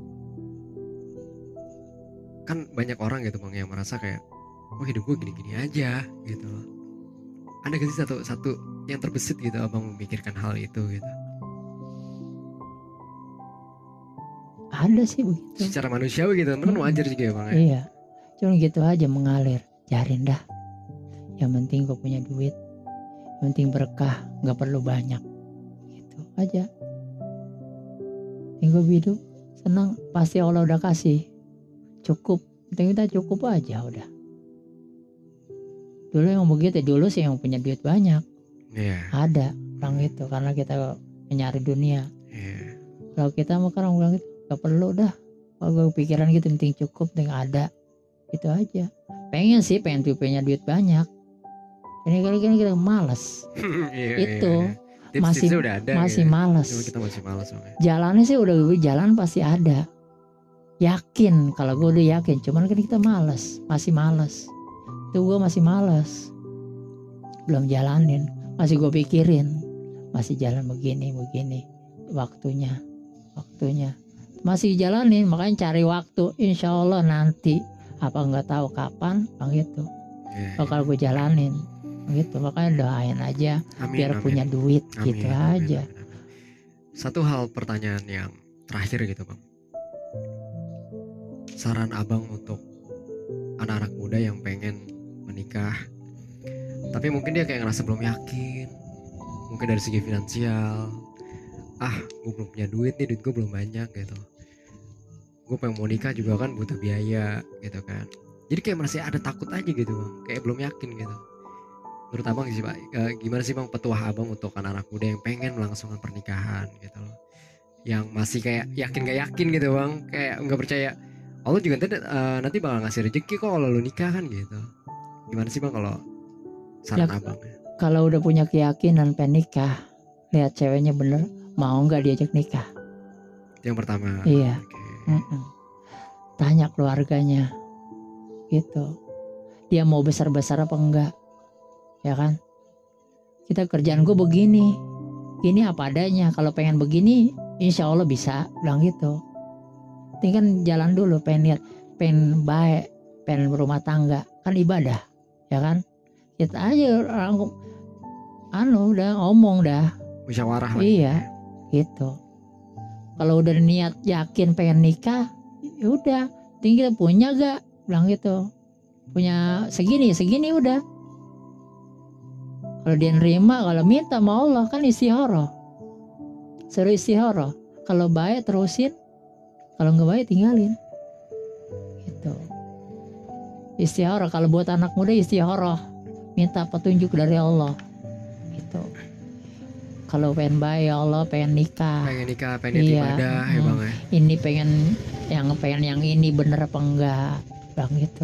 kan banyak orang gitu bang yang merasa kayak oh hidup gue gini-gini aja gitu. Ada gak sih satu yang terbesit gitu abang memikirkan hal itu gitu? Ada sih begitu. Secara manusiawi gitu, kan wajar juga ya bang ya? Iya, cuman gitu aja mengalir. Jarin dah. Yang penting gue punya duit. Yang penting berkah, nggak perlu banyak. Gitu aja. Tinggal hidup senang, pasti Allah udah kasih. Cukup, kita cukup aja udah. Dulu yang begitu, dulu sih yang punya duit banyak. Iya. Ada orang itu karena kita mencari dunia. Iya. Kalau kita mau orang bilang gitu, gak perlu dah. Kalau gue pikiran gitu, penting cukup, penting ada. Gitu aja. Pengen punya duit banyak. Ini kali kita malas. Itu Tips-tipsnya udah ada masih gitu. malas. Cuma kita masih malas bang. Jalannya sih udah jalan pasti ada. Yakin, kalau gue udah yakin. Cuman kan kita malas, masih malas. Itu gue masih malas. Belum jalanin, masih gue pikirin. Masih jalan begini. Waktunya. Masih jalanin, makanya cari waktu. Insya Allah nanti. Apa nggak tahu kapan, bang itu. Iya. Bakal gue jalanin. gitu. Makanya doain aja Amin, biar amin. punya duit Amin, gitu amin, aja. amin, amin. Satu hal pertanyaan yang terakhir gitu Bang, saran abang untuk anak-anak muda yang pengen menikah tapi mungkin dia kayak ngerasa belum yakin, mungkin dari segi finansial, gue belum punya duit nih, duit gue belum banyak gitu, gue pengen mau nikah juga kan butuh biaya gitu kan, jadi kayak masih ada takut aja gitu Bang, kayak belum yakin gitu. Menurut abang sih Pak, gimana sih Bang petuah abang untuk anak-anak muda yang pengen melangsungkan pernikahan gitu loh, yang masih kayak yakin gak yakin gitu Bang, kayak nggak percaya Allah juga nanti bakal ngasih rezeki kok kalau lu nikah kan gitu. Gimana sih Bang kalau Ya, saran abang? kalau udah punya keyakinan pengen nikah, lihat ceweknya bener mau nggak diajak nikah. Yang pertama. Iya. Oke. Tanya keluarganya gitu, dia mau besar-besar apa enggak, ya kan. Kita kerjaan gue begini, gini apa adanya, kalau pengen begini insya Allah bisa, bilang gitu. Ini kan jalan dulu, pengen lihat, pengen baik, pengen berumah tangga, kan ibadah, ya kan. Kita aja udah ngomong dah, Musyawarah lah. iya gitu. Kalau udah niat yakin pengen nikah, ya udah tinggal punya gak, bilang gitu, punya segini udah. Kalau dia nerima, kalau minta sama Allah kan istikharah, suruh istikharah. Kalau baik terusin, kalau nggak baik tinggalin gitu. Istikharah kalau buat anak muda, istikharah minta petunjuk dari Allah gitu. Kalau pengen baik ya Allah, pengen nikah, pengen ibadah ya Bang ya. ini pengen yang ini bener apa enggak, bang gitu.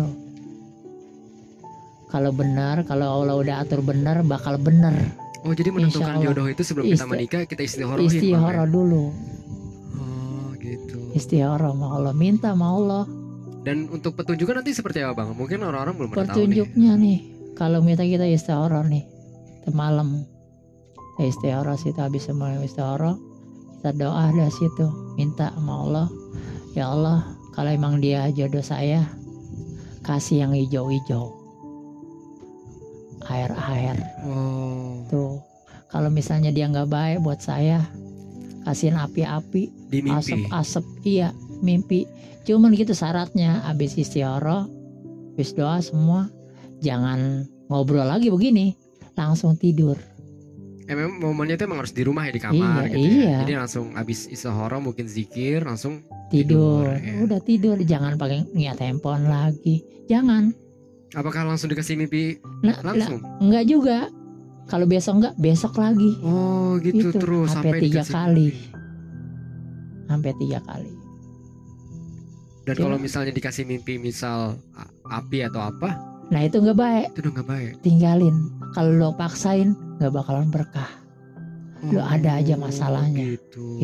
Kalau benar, kalau Allah udah atur benar, bakal benar. Oh jadi menentukan jodoh itu sebelum kita menikah kita istikharah dulu. Oh gitu. Istikharah sama Allah, minta sama Allah. Dan untuk petunjuknya nanti seperti apa Bang? Mungkin orang-orang belum pernah tahu nih. Petunjuknya nih, kalau kita istikharah nih, malam istikharah situ, habis semua istikharah kita doa dari situ, minta sama Allah, ya Allah kalau emang dia jodoh saya, kasih yang hijau-hijau, air-air. Tuh, kalau misalnya dia nggak baik buat saya, kasihin api-api, asap-asap, iya mimpi. Cuman gitu syaratnya, habis istikharah, habis doa semua, jangan ngobrol lagi begini, langsung tidur. Memang momennya itu emang harus di rumah ya, di kamar gitu ya. Jadi langsung habis istikharah mungkin zikir langsung tidur ya. Udah tidur, jangan pakai niat handphone lagi, jangan. Apakah langsung dikasih mimpi langsung? Enggak juga. Kalau besok enggak, besok lagi. Oh gitu terus sampai 3 kali. Sampai 3 kali. Dan kalau misalnya dikasih mimpi misal api atau apa, nah itu nggak baik. Itu udah nggak baik. Tinggalin. Kalau lo paksain nggak bakalan berkah. Lo ada aja masalahnya.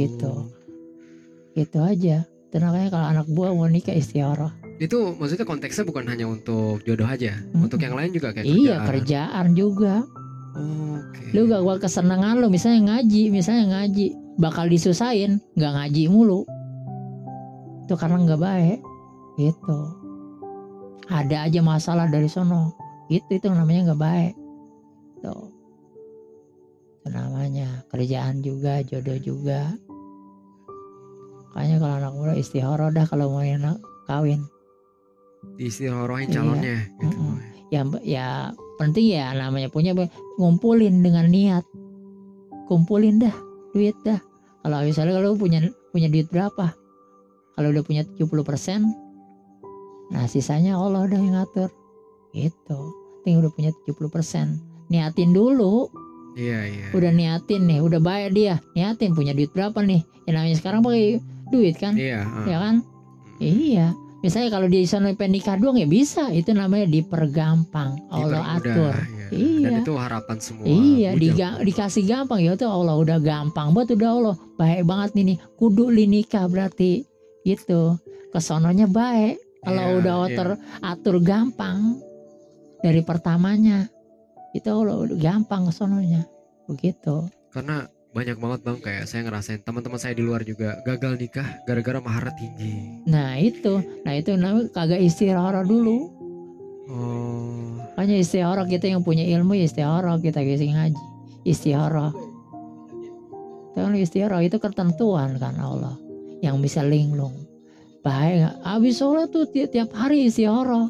Gitu aja. Makanya kalau anak buah mau nikah istikharah. Itu maksudnya konteksnya bukan hanya untuk jodoh aja, untuk yang lain juga kayak kerjaan. Iya, kerjaan juga. Oke. Lu gak kesenangan lo misalnya ngaji, bakal disusahin, nggak ngaji mulu. Itu karena nggak baik. Gitu. Ada aja masalah dari sono. Itu namanya nggak baik. Tuh. Itu namanya kerjaan juga, jodoh juga. Makanya kalau anak muda istikharah dah kalau mau enak kawin. Diistikharohin calonnya gitu. Ya penting ya namanya punya, ngumpulin dengan niat. Kumpulin dah duit dah. Kalau misalnya kalau punya duit berapa? Kalau udah punya 70%, nah sisanya Allah udah yang ngatur. Gitu. Tinggal udah punya 70%. Niatin dulu. Iya. Udah niatin nih, udah bayar dia. Niatin punya duit berapa nih? Yang namanya sekarang pakai duit kan? Iya. Ya kan? Iya. Misalnya kalau di sana pengen nikah doang ya bisa. Itu namanya dipergampang. Allah atur. Iya. Dan itu harapan semua. Iya, dikasih gampang ya itu Allah udah gampang buat, udah Allah baik banget nih kudu nikah berarti gitu. Kesononya baik. Kalau udah atur gampang dari pertamanya, itu Allah udah gampang kesononya. Begitu. Karena banyak banget Bang, kayak saya ngerasain teman-teman saya di luar juga gagal nikah gara-gara mahar tinggi. Nah itu namanya kagak istikharah dulu. Makanya istikharah, kita yang punya ilmu istikharah, kita kasih ngaji istikharah. Kalau istikharah itu ketentuan kan Allah yang bisa linglung. Baik, habis sholat tuh tiap hari istikharah.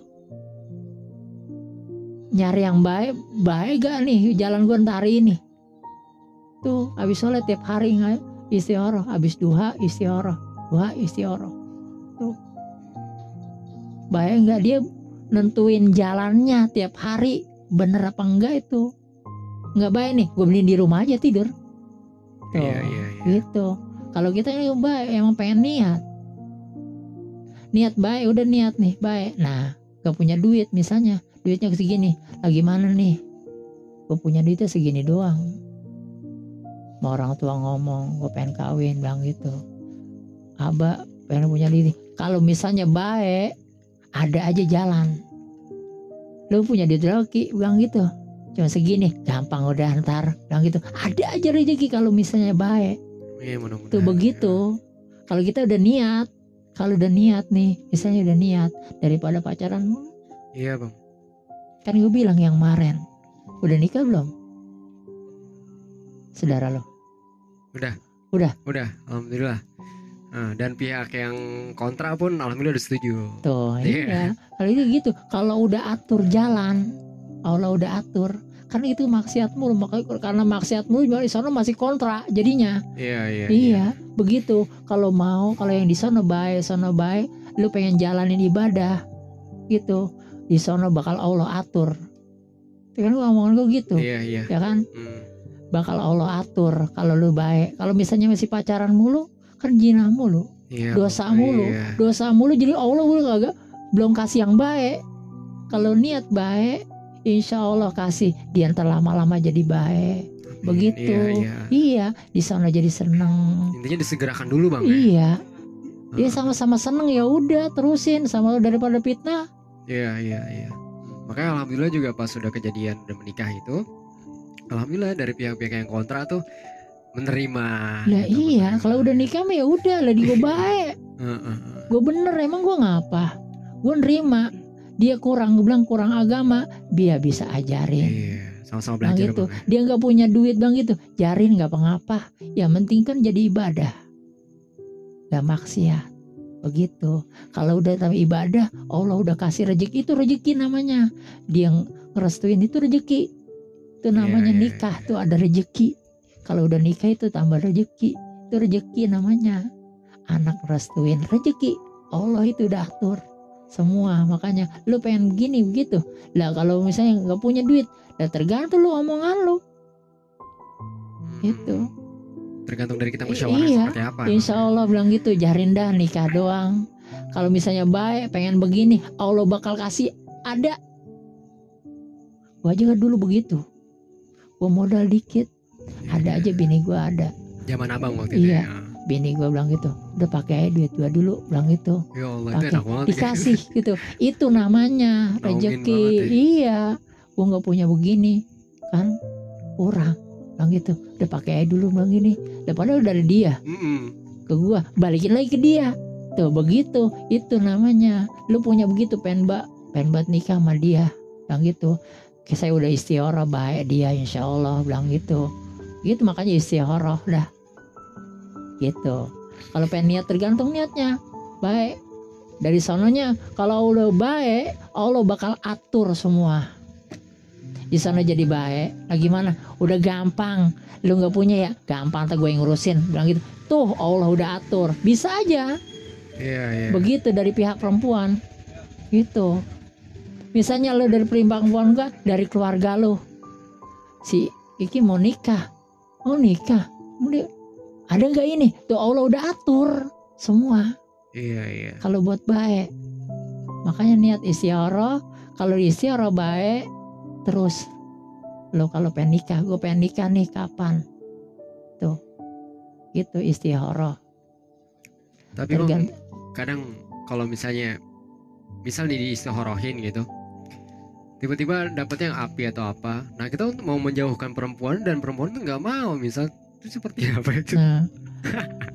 Nyari yang baik, baik gak nih jalan gue ntar hari ini. Tuh habis sholat tiap hari istikharah, habis duha istikharah, Tuh baik gak dia nentuin jalannya tiap hari bener apa enggak itu. Nggak baik nih, gue beliin di rumah aja tidur. Tuh, Iya. gitu. Kalau kita ini baik, emang pengen niat baik, udah niat nih baik. Nah, gak punya duit misalnya, duitnya segini, lagi mana nih? Gue punya duitnya segini doang. Mau orang tua ngomong, gue pengen kawin, bilang gitu. Abah pengen punya diri. Kalau misalnya baik, ada aja jalan. Lu punya duit rezeki, bilang gitu. Cuma segini, gampang udah ntar, bilang gitu. Ada aja rezeki kalau misalnya baik. Iya, mudah-mudahan. Tuh begitu. Kalau kita udah niat, kalau udah niat nih, misalnya udah niat daripada pacaran. Iya bang. Kan gue bilang yang kemarin, udah nikah belum? Saudara lo? Udah, alhamdulillah. Nah, dan pihak yang kontra pun alhamdulillah udah setuju. Tuh, Iya. iya. Kalau itu gitu, kalau udah atur jalan, Allah udah atur. Karena itu maksiat mulu, makanya karena maksiat mulu di sana masih kontra jadinya. Iya. Begitu. Kalau yang di sana baik, lu pengen jalanin ibadah, gitu. Di sana bakal Allah atur. Itu kan omongan gue gitu. Iya. Ya kan? Bakal Allah atur kalau lu baik. Kalau misalnya masih pacaran mulu, kan jinah mulu, Iya, dosa mulu. Jadi Allah udah belum kasih yang baik. Kalau niat baik, insya Allah kasih. Dia ntar lama-lama jadi baik. Begitu. Iya, di sana jadi seneng. Intinya disegerakan dulu bang. Iya. Dia sama-sama seneng, ya udah terusin sama lo daripada fitnah. Iya. Makanya alhamdulillah juga pas sudah kejadian udah menikah itu, alhamdulillah dari pihak-pihak yang kontra tuh menerima. Lah gitu, iya, menerima. kalau udah nikah mah ya udah lah, dia baik. Gue bener, emang gue ngapa? Gue nerima. Dia kurang, gue bilang kurang agama, dia bisa ajarin. Iya, sama-sama belajar gitu. bang. Dia nggak punya duit bang gitu, jarin nggak apa-apa. Yang penting kan jadi ibadah, gak maksiat. Begitu. Kalau udah tahu ibadah, Allah udah kasih rezeki, itu rezeki namanya. Dia ngerestuin itu rezeki. Itu namanya nikah, tuh ada rezeki. Kalau udah nikah itu tambah rezeki, itu rezeki namanya. Anak restuin rezeki, Allah itu udah atur semua. Makanya lu pengen gini begitu lah. Kalau misalnya nggak punya duit, lah tergantung lu omongan lu. Itu tergantung dari kita musyawarah seperti apa. Insya Allah bilang gitu, jarin dah nikah doang. Kalau misalnya baik pengen begini, Allah bakal kasih. Ada. Gua aja dulu begitu, gua modal dikit, ada aja bini gua ada. Zaman abang waktu itu. Iya. Bini gue bilang gitu, udah pakai duit gua dulu, bilang gitu. Ya Allah, itu enak banget. Dikasih gitu. Itu namanya rezeki. Iya. Gua nggak punya begini kan, kurang, bilang gitu. Udah pakai dulu, bilang gini. Padahal dari dia ke gua, balikin lagi ke dia. Tuh begitu. Itu namanya. Lu punya begitu, pengen buat nikah sama dia, bilang gitu. Saya udah istikharah baik dia, insya Allah, bilang gitu. Gitu makanya istikharah dah. Gitu. Kalau pengen niat, tergantung niatnya baik. Dari sononya kalau Allah baik, Allah bakal atur semua. Di sana jadi baik. Nah gimana? Udah gampang. Lu nggak punya ya, gampang tak gue yang ngurusin, bilang gitu. Tuh Allah udah atur, bisa aja. Iya. Begitu dari pihak perempuan. Gitu. Misalnya lu dari pihak perempuan, enggak dari keluarga lu. Si Iki mau nikah. Ada nggak ini? Tuh Allah udah atur semua. Iya. Kalau buat baik, makanya niat istikharah. Kalau istikharah baik, terus lo kalau pengen nikah, gue pengen nikah nih kapan? Tuh, gitu istikharah. Tapi bang, kadang kalau misalnya, misal nih diistikharahin gitu, tiba-tiba dapetnya yang api atau apa. Nah kita mau menjauhkan perempuan dan perempuan itu nggak mau, misal itu seperti apa itu? Nah,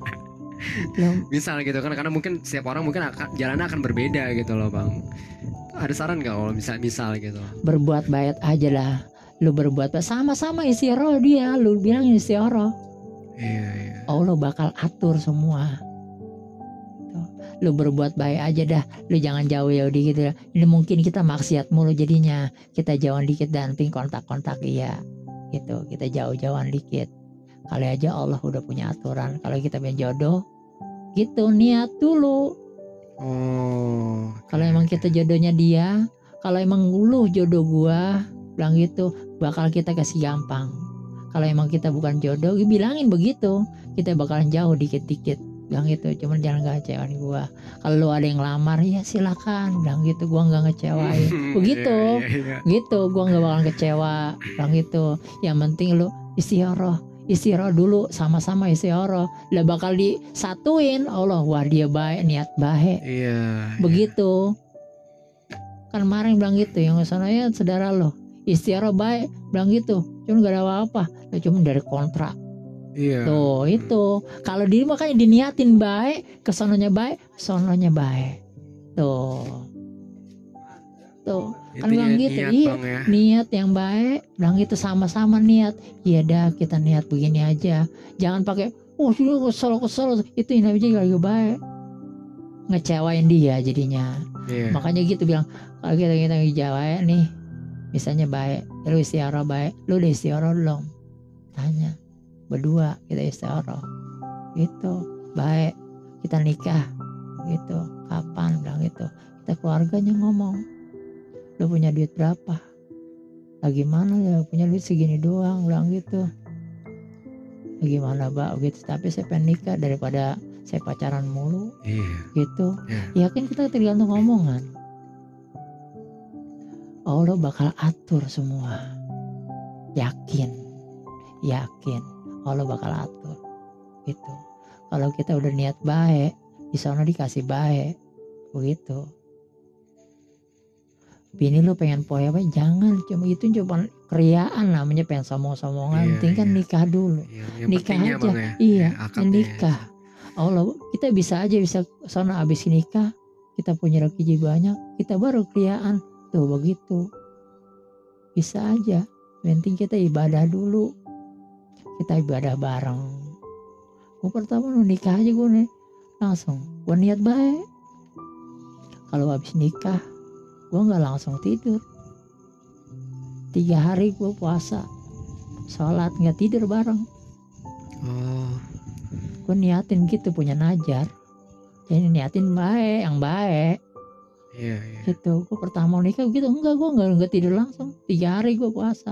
misal gitu kan, karena mungkin setiap orang mungkin jalannya akan berbeda gitu loh bang. ada saran nggak kalau misal gitu? Berbuat baik aja lah. Lu berbuat baik sama-sama istighfar dia. Lu bilang istighfar. Iya. Allah bakal atur semua. Tuh. Lu berbuat baik aja dah. Lu jangan jauh-jauh dikit ya. Ini mungkin kita maksiat mulu jadinya. Kita jauhan dikit dan ping kontak-kontak iya. Gitu. Kita jauh-jauhan dikit. Kali aja Allah udah punya aturan. Kalau kita punya jodoh, gitu niat dulu. Oh. Kalau emang kita jodohnya dia, kalau emang lu jodoh gua, bilang gitu, bakal kita kasih gampang. Kalau emang kita bukan jodoh, bilangin begitu, kita bakalan jauh dikit-dikit, bilang gitu. Cuman jangan ngecewain gua. Kalau lu ada yang lamar, ya silakan, bilang gitu. Gua nggak ngecewain, begitu, gitu. Gua nggak bakalan kecewa, bilang gitu. Yang penting lu istighfar dulu, sama-sama istighfar. Lah bakal disatuin Allah, wah dia baik, niat baik. Iya. Begitu. Kan kemarin bilang gitu, yang sana ya saudara lo, istighfar baik, bilang gitu. Cuma gak ada apa-apa, cuma dari kontrak. Iya. Tuh itu. Kalau diri makanya diniatin baik, kesononya baik, sononya baik. Tuh. Kan bilang gitu, niat, iya Bang, ya. niat yang baik, bilang gitu sama-sama niat. Iya dah, kita niat begini aja. Jangan pakai sini kesel itu ini aja lagi baik, ngecewain dia jadinya. Iya. Makanya gitu bilang, kalau kita ngecewain nih, misalnya baik, lu istighfar baik, lu udah istighfar belum? Tanya, berdua kita istighfar, gitu, baik, kita nikah, gitu, kapan? Bilang gitu, kita keluarganya ngomong. Lu punya duit berapa? Lagi mana ya? Punya duit segini doang, bilang gitu. Bagaimana Mbak? Gitu. Tapi saya pengen nikah daripada saya pacaran mulu. Iya. Gitu. Iya. Ya kan kita tergantung omongan. Allah bakal atur semua. Yakin. Allah bakal atur. Gitu. Kalau kita udah niat baik, di sana dikasih baik. Begitu. Bini lu pengen poe apa? Jangan, cuma itu cuma kriaan namanya, pengen somong-somongan. Penting kan nikah dulu. Nikah aja. Bang, ya? Iya, nikah. Allah, kita bisa sana habis nikah, kita punya rezeki banyak, kita baru kriaan. Tuh begitu. Bisa aja. Penting kita ibadah dulu. Kita ibadah bareng. Gue pertama nikah aja gue nih, langsung gue niat baik. Kalau habis nikah, gue gak langsung tidur. 3 hari gue puasa, sholat, gak tidur bareng. Gue niatin gitu, punya najar. Jadi niatin baik, yang baik. Iya. Gitu. Gue pertama nikah gitu, gue gak tidur langsung. 3 hari gue puasa.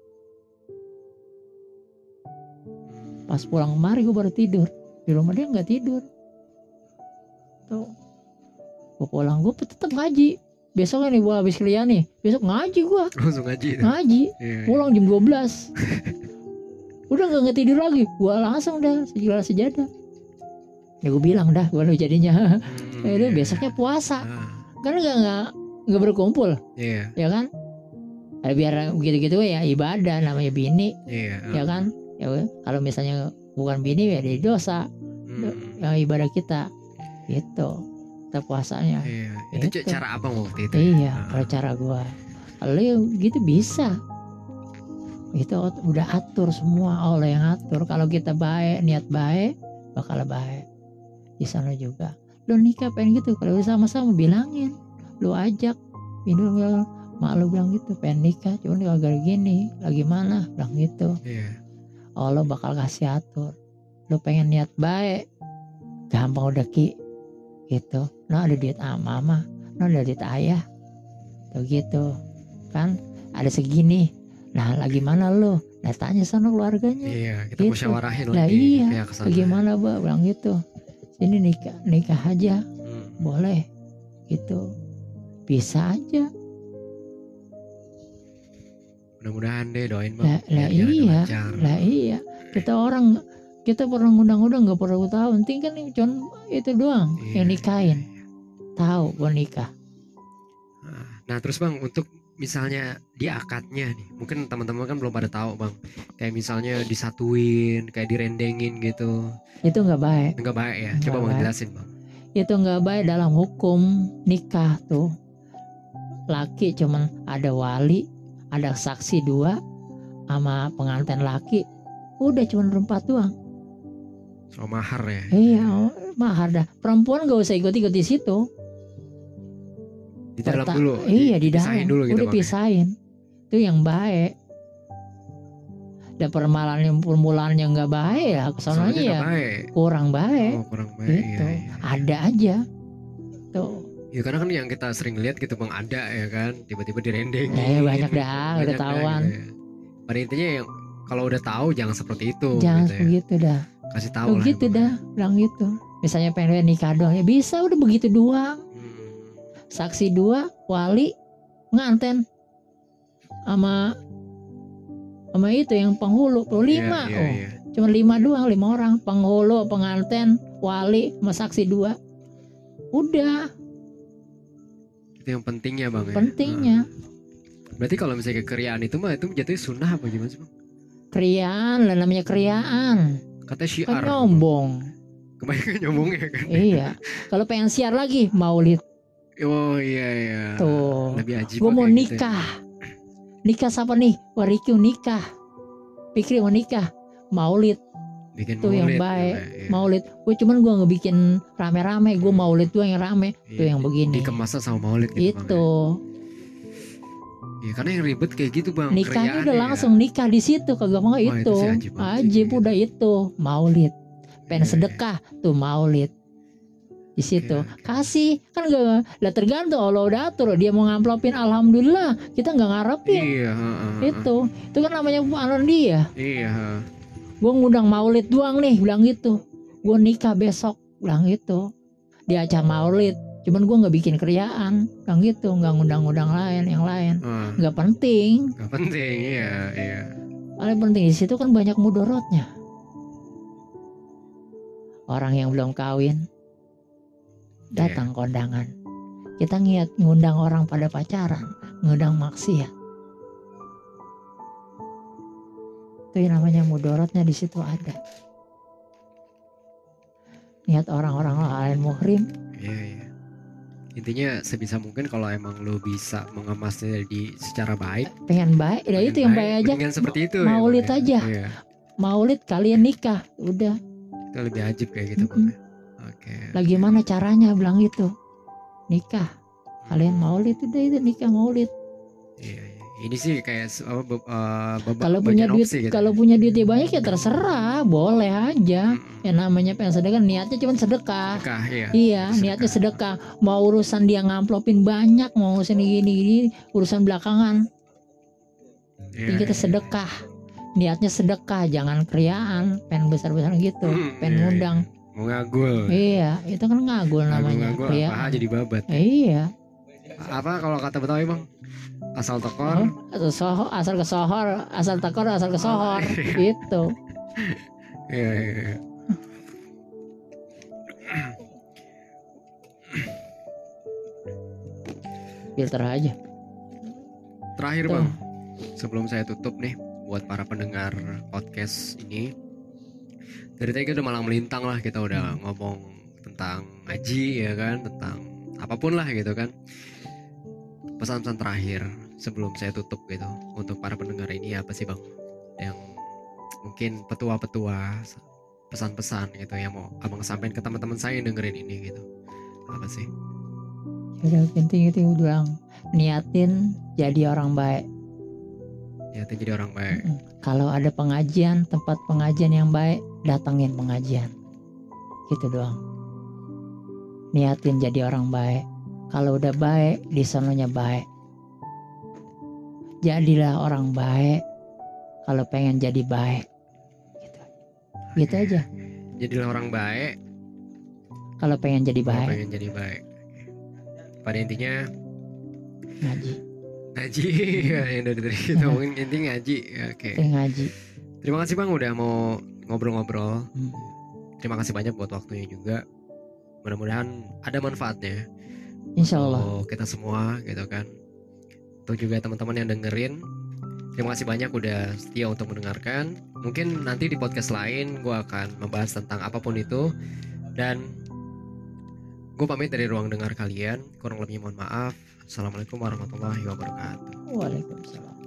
Pas pulang kemari gue baru tidur. Di rumah dia gak tidur. Tuh. Gue pulang, gue tetap ngaji. Besok nih gue habis kuliah nih, besok ngaji gue. Langsung ngaji. Iya. Pulang jam 12. Udah gak tidur lagi, gue langsung dah sejadah. Ya gue bilang dah, gue jadinya. Udah besoknya puasa. Karena gak berkumpul. Iya. Ya kan? Biar gitu-gitu ya ibadah, namanya bini. Iya. Ya kan? Ya kalau misalnya bukan bini ya jadi dosa. Yang ibadah kita. Gitu. Kita puasanya. Iya. Itu cara abang waktu itu. Iya, kalau cara gua. Kalau gitu bisa. Itu udah atur semua, Allah yang atur. Kalau kita baik, niat baik, bakal baik. Di sana juga. Lu nikah pengen gitu, kalau sama-sama bilangin. Lu ajak. Ini mak lu bilang gitu, pengen nikah, cuma kagak gini, lagi mana, bilang gitu. Iya. Allah bakal kasih atur. Lu pengen niat baik, gampang udah gitu. Ada duit mama, ada duit ayah, tuh gitu kan, ada segini. Nah lagi mana lo? Nah tanya sana keluarganya. Iya, kita gitu. musyawarahin lah lagi. Iya, bagaimana Mbak? Bilang gitu. Sini nikah aja, boleh gitu, bisa aja. Mudah-mudahan deh, doain Bang. Iya. Kita pernah ngundang-undang nggak perlu tahu. Penting kan cuma itu doang yang nikahin. Tahu gue nikah. Nah terus Bang, untuk misalnya di akadnya nih, mungkin teman-teman kan belum pada tahu Bang, kayak misalnya disatuin, kayak direndengin gitu. Itu nggak baik. Nggak baik ya. Coba Bang jelasin Bang. Itu nggak baik dalam hukum nikah tuh. laki cuman ada wali, ada saksi 2 sama pengantin laki, udah cuman berempat doang. So mahar ya. Iya, mahar dah. Perempuan gak usah ikut-ikut di situ. Di dalam dulu. Iya, di dipisahin dalam. dulu gitu Udah Bang. pisahin. Itu yang baik. Dan permulaan yang nggak baik ya, kesananya Soalnya ya nggak baik. kurang baik. Oh, kurang baik. Gitu. Iya, iya. Ada aja. Tuh. Ya karena kan yang kita sering lihat gitu Bang, ada ya kan, tiba-tiba direndeng. Banyak dah, udah tahuan. Gitu ya. Pada intinya yang kalau udah tahu jangan seperti itu. Jangan gitu ya. begitu dah. Kasih tahu lah. Begitu ya, Bang. dah, bilang gitu. Misalnya pengen nikah doang, ya bisa udah begitu doang. Saksi 2, wali, pengantin, sama itu yang penghulu, 5. Iya. Cuma 5 doang, 5 orang. Penghulu, pengantin, wali, sama saksi 2. Udah. Itu yang pentingnya Bang ya. Pentingnya. Berarti kalau misalnya kekeriaan itu mah itu jatuhnya sunnah apa gimana sih Bang? Kriaan lah namanya, kriaan. Katanya syiar. Kan nyombong. Kebanyakan nyombongnya kan. Iya. Kalau pengen siar lagi, maulid. Oh iya. Tuh. Lebih ajib. Gue mau kayak nikah. Nikah siapa nih? Warikyu nikah. Fikri mau nikah. Maulid. Bikin Tuh yang maulid, baik. iya. Maulid. Gue cuman gue ngebikin rame-rame. Gue maulid tuh yang rame. Iya, Tuh yang begini. dikemasnya sama maulid gitu Bang, Itu. ya karena yang ribet kayak gitu Bang. Nikahnya udah kerjaannya langsung nikah di situ. Kagak mau Wah, itu itu. sih ajib banget Ajib sih. udah itu. Maulid. Pengen Iya, sedekah. Tuh maulid. Di situ Oke. kasih kan gak lah, tergantung Allah udah atur. Dia mau ngamplopin, alhamdulillah, kita nggak ngarepin. Iya. Itu kan namanya anon dia. Iya. Gue ngundang maulid doang nih, bilang gitu. Gue nikah besok, bilang gitu. Di acara maulid, cuman gue nggak bikin kriaan, bilang gitu. Nggak ngundang-ngundang yang lain. Nggak penting. Gak penting. Iya. Paling penting di situ kan banyak mudorotnya. Orang yang belum kawin datang kondangan. Kita ngundang orang pada pacaran, ngundang maksiat. Itu yang namanya mudorotnya di situ ada. Niat orang-orang lain muhrim. Iya. Intinya sebisa mungkin kalau emang lo bisa mengemasnya secara baik. Pengen baik, ya itu yang baik aja. Mendingan seperti itu. Maulid ya, Bang, aja. Iya. Maulid kalian nikah, udah. Itu lebih ajib kayak gitu Bang. Oke. Lagi mana caranya, bilang gitu. Nikah. Kalian maulid, udah itu nikah maulid. Iya. Ini sih kayak Kalau punya duit, gitu. kalau punya duitnya banyak ya terserah, boleh aja. Yang namanya pengen sedekah, niatnya cuma sedekah. Sedekah, iya. Iya, niatnya sedekah. Mau urusan dia ngamplopin banyak, mau urusan gini, urusan belakangan. Iya, Kita sedekah. Niatnya sedekah, jangan kriaan, pengen besar-besaran gitu, pengen ngundang. Mau ngagul. Iya, itu kan ngagul namanya. Ngagul apa jadi babat. Iya. Apa kalau kata Betawi Bang? Asal tekor. Asal kesohor, asal tekor, asal kesohor. Gitu. Iya. Filter aja. Terakhir Tuh. Bang, sebelum saya tutup nih buat para pendengar podcast ini. Dari tadi kita udah malang melintang lah, kita udah ngomong tentang ngaji ya kan, tentang apapun lah gitu kan. Pesan-pesan terakhir sebelum saya tutup gitu untuk para pendengar ini apa sih Bang? Yang mungkin petua-petua, pesan-pesan gitu yang mau Abang sampaikan ke teman-teman saya yang dengerin ini gitu. Apa sih? Udah penting itu bilang, niatin jadi orang baik. Niatin jadi orang baik. Kalau ada pengajian, tempat pengajian yang baik, datangin pengajian. Gitu doang. Niatin jadi orang baik. Kalau udah baik, di sononya baik. Jadilah orang baik. Kalau pengen jadi baik. Gitu aja. Jadilah orang baik. Kalau pengen jadi Kalau baik. pengen jadi baik. Pada intinya Ngaji. ya, yang dari tadi kita ngomongin intinya ngaji. Oke. Ngaji. Terima kasih Bang udah mau ngobrol-ngobrol. Hmm. Terima kasih banyak buat waktunya juga. Mudah-mudahan ada manfaatnya. Insya Allah. Oh, kita semua gitu kan. Untuk juga teman-teman yang dengerin. Terima kasih banyak udah setia untuk mendengarkan. Mungkin nanti di podcast lain gue akan membahas tentang apapun itu. Dan Gue pamit dari ruang dengar kalian, kurang lebihnya mohon maaf. Assalamualaikum warahmatullahi wabarakatuh. Waalaikumsalam.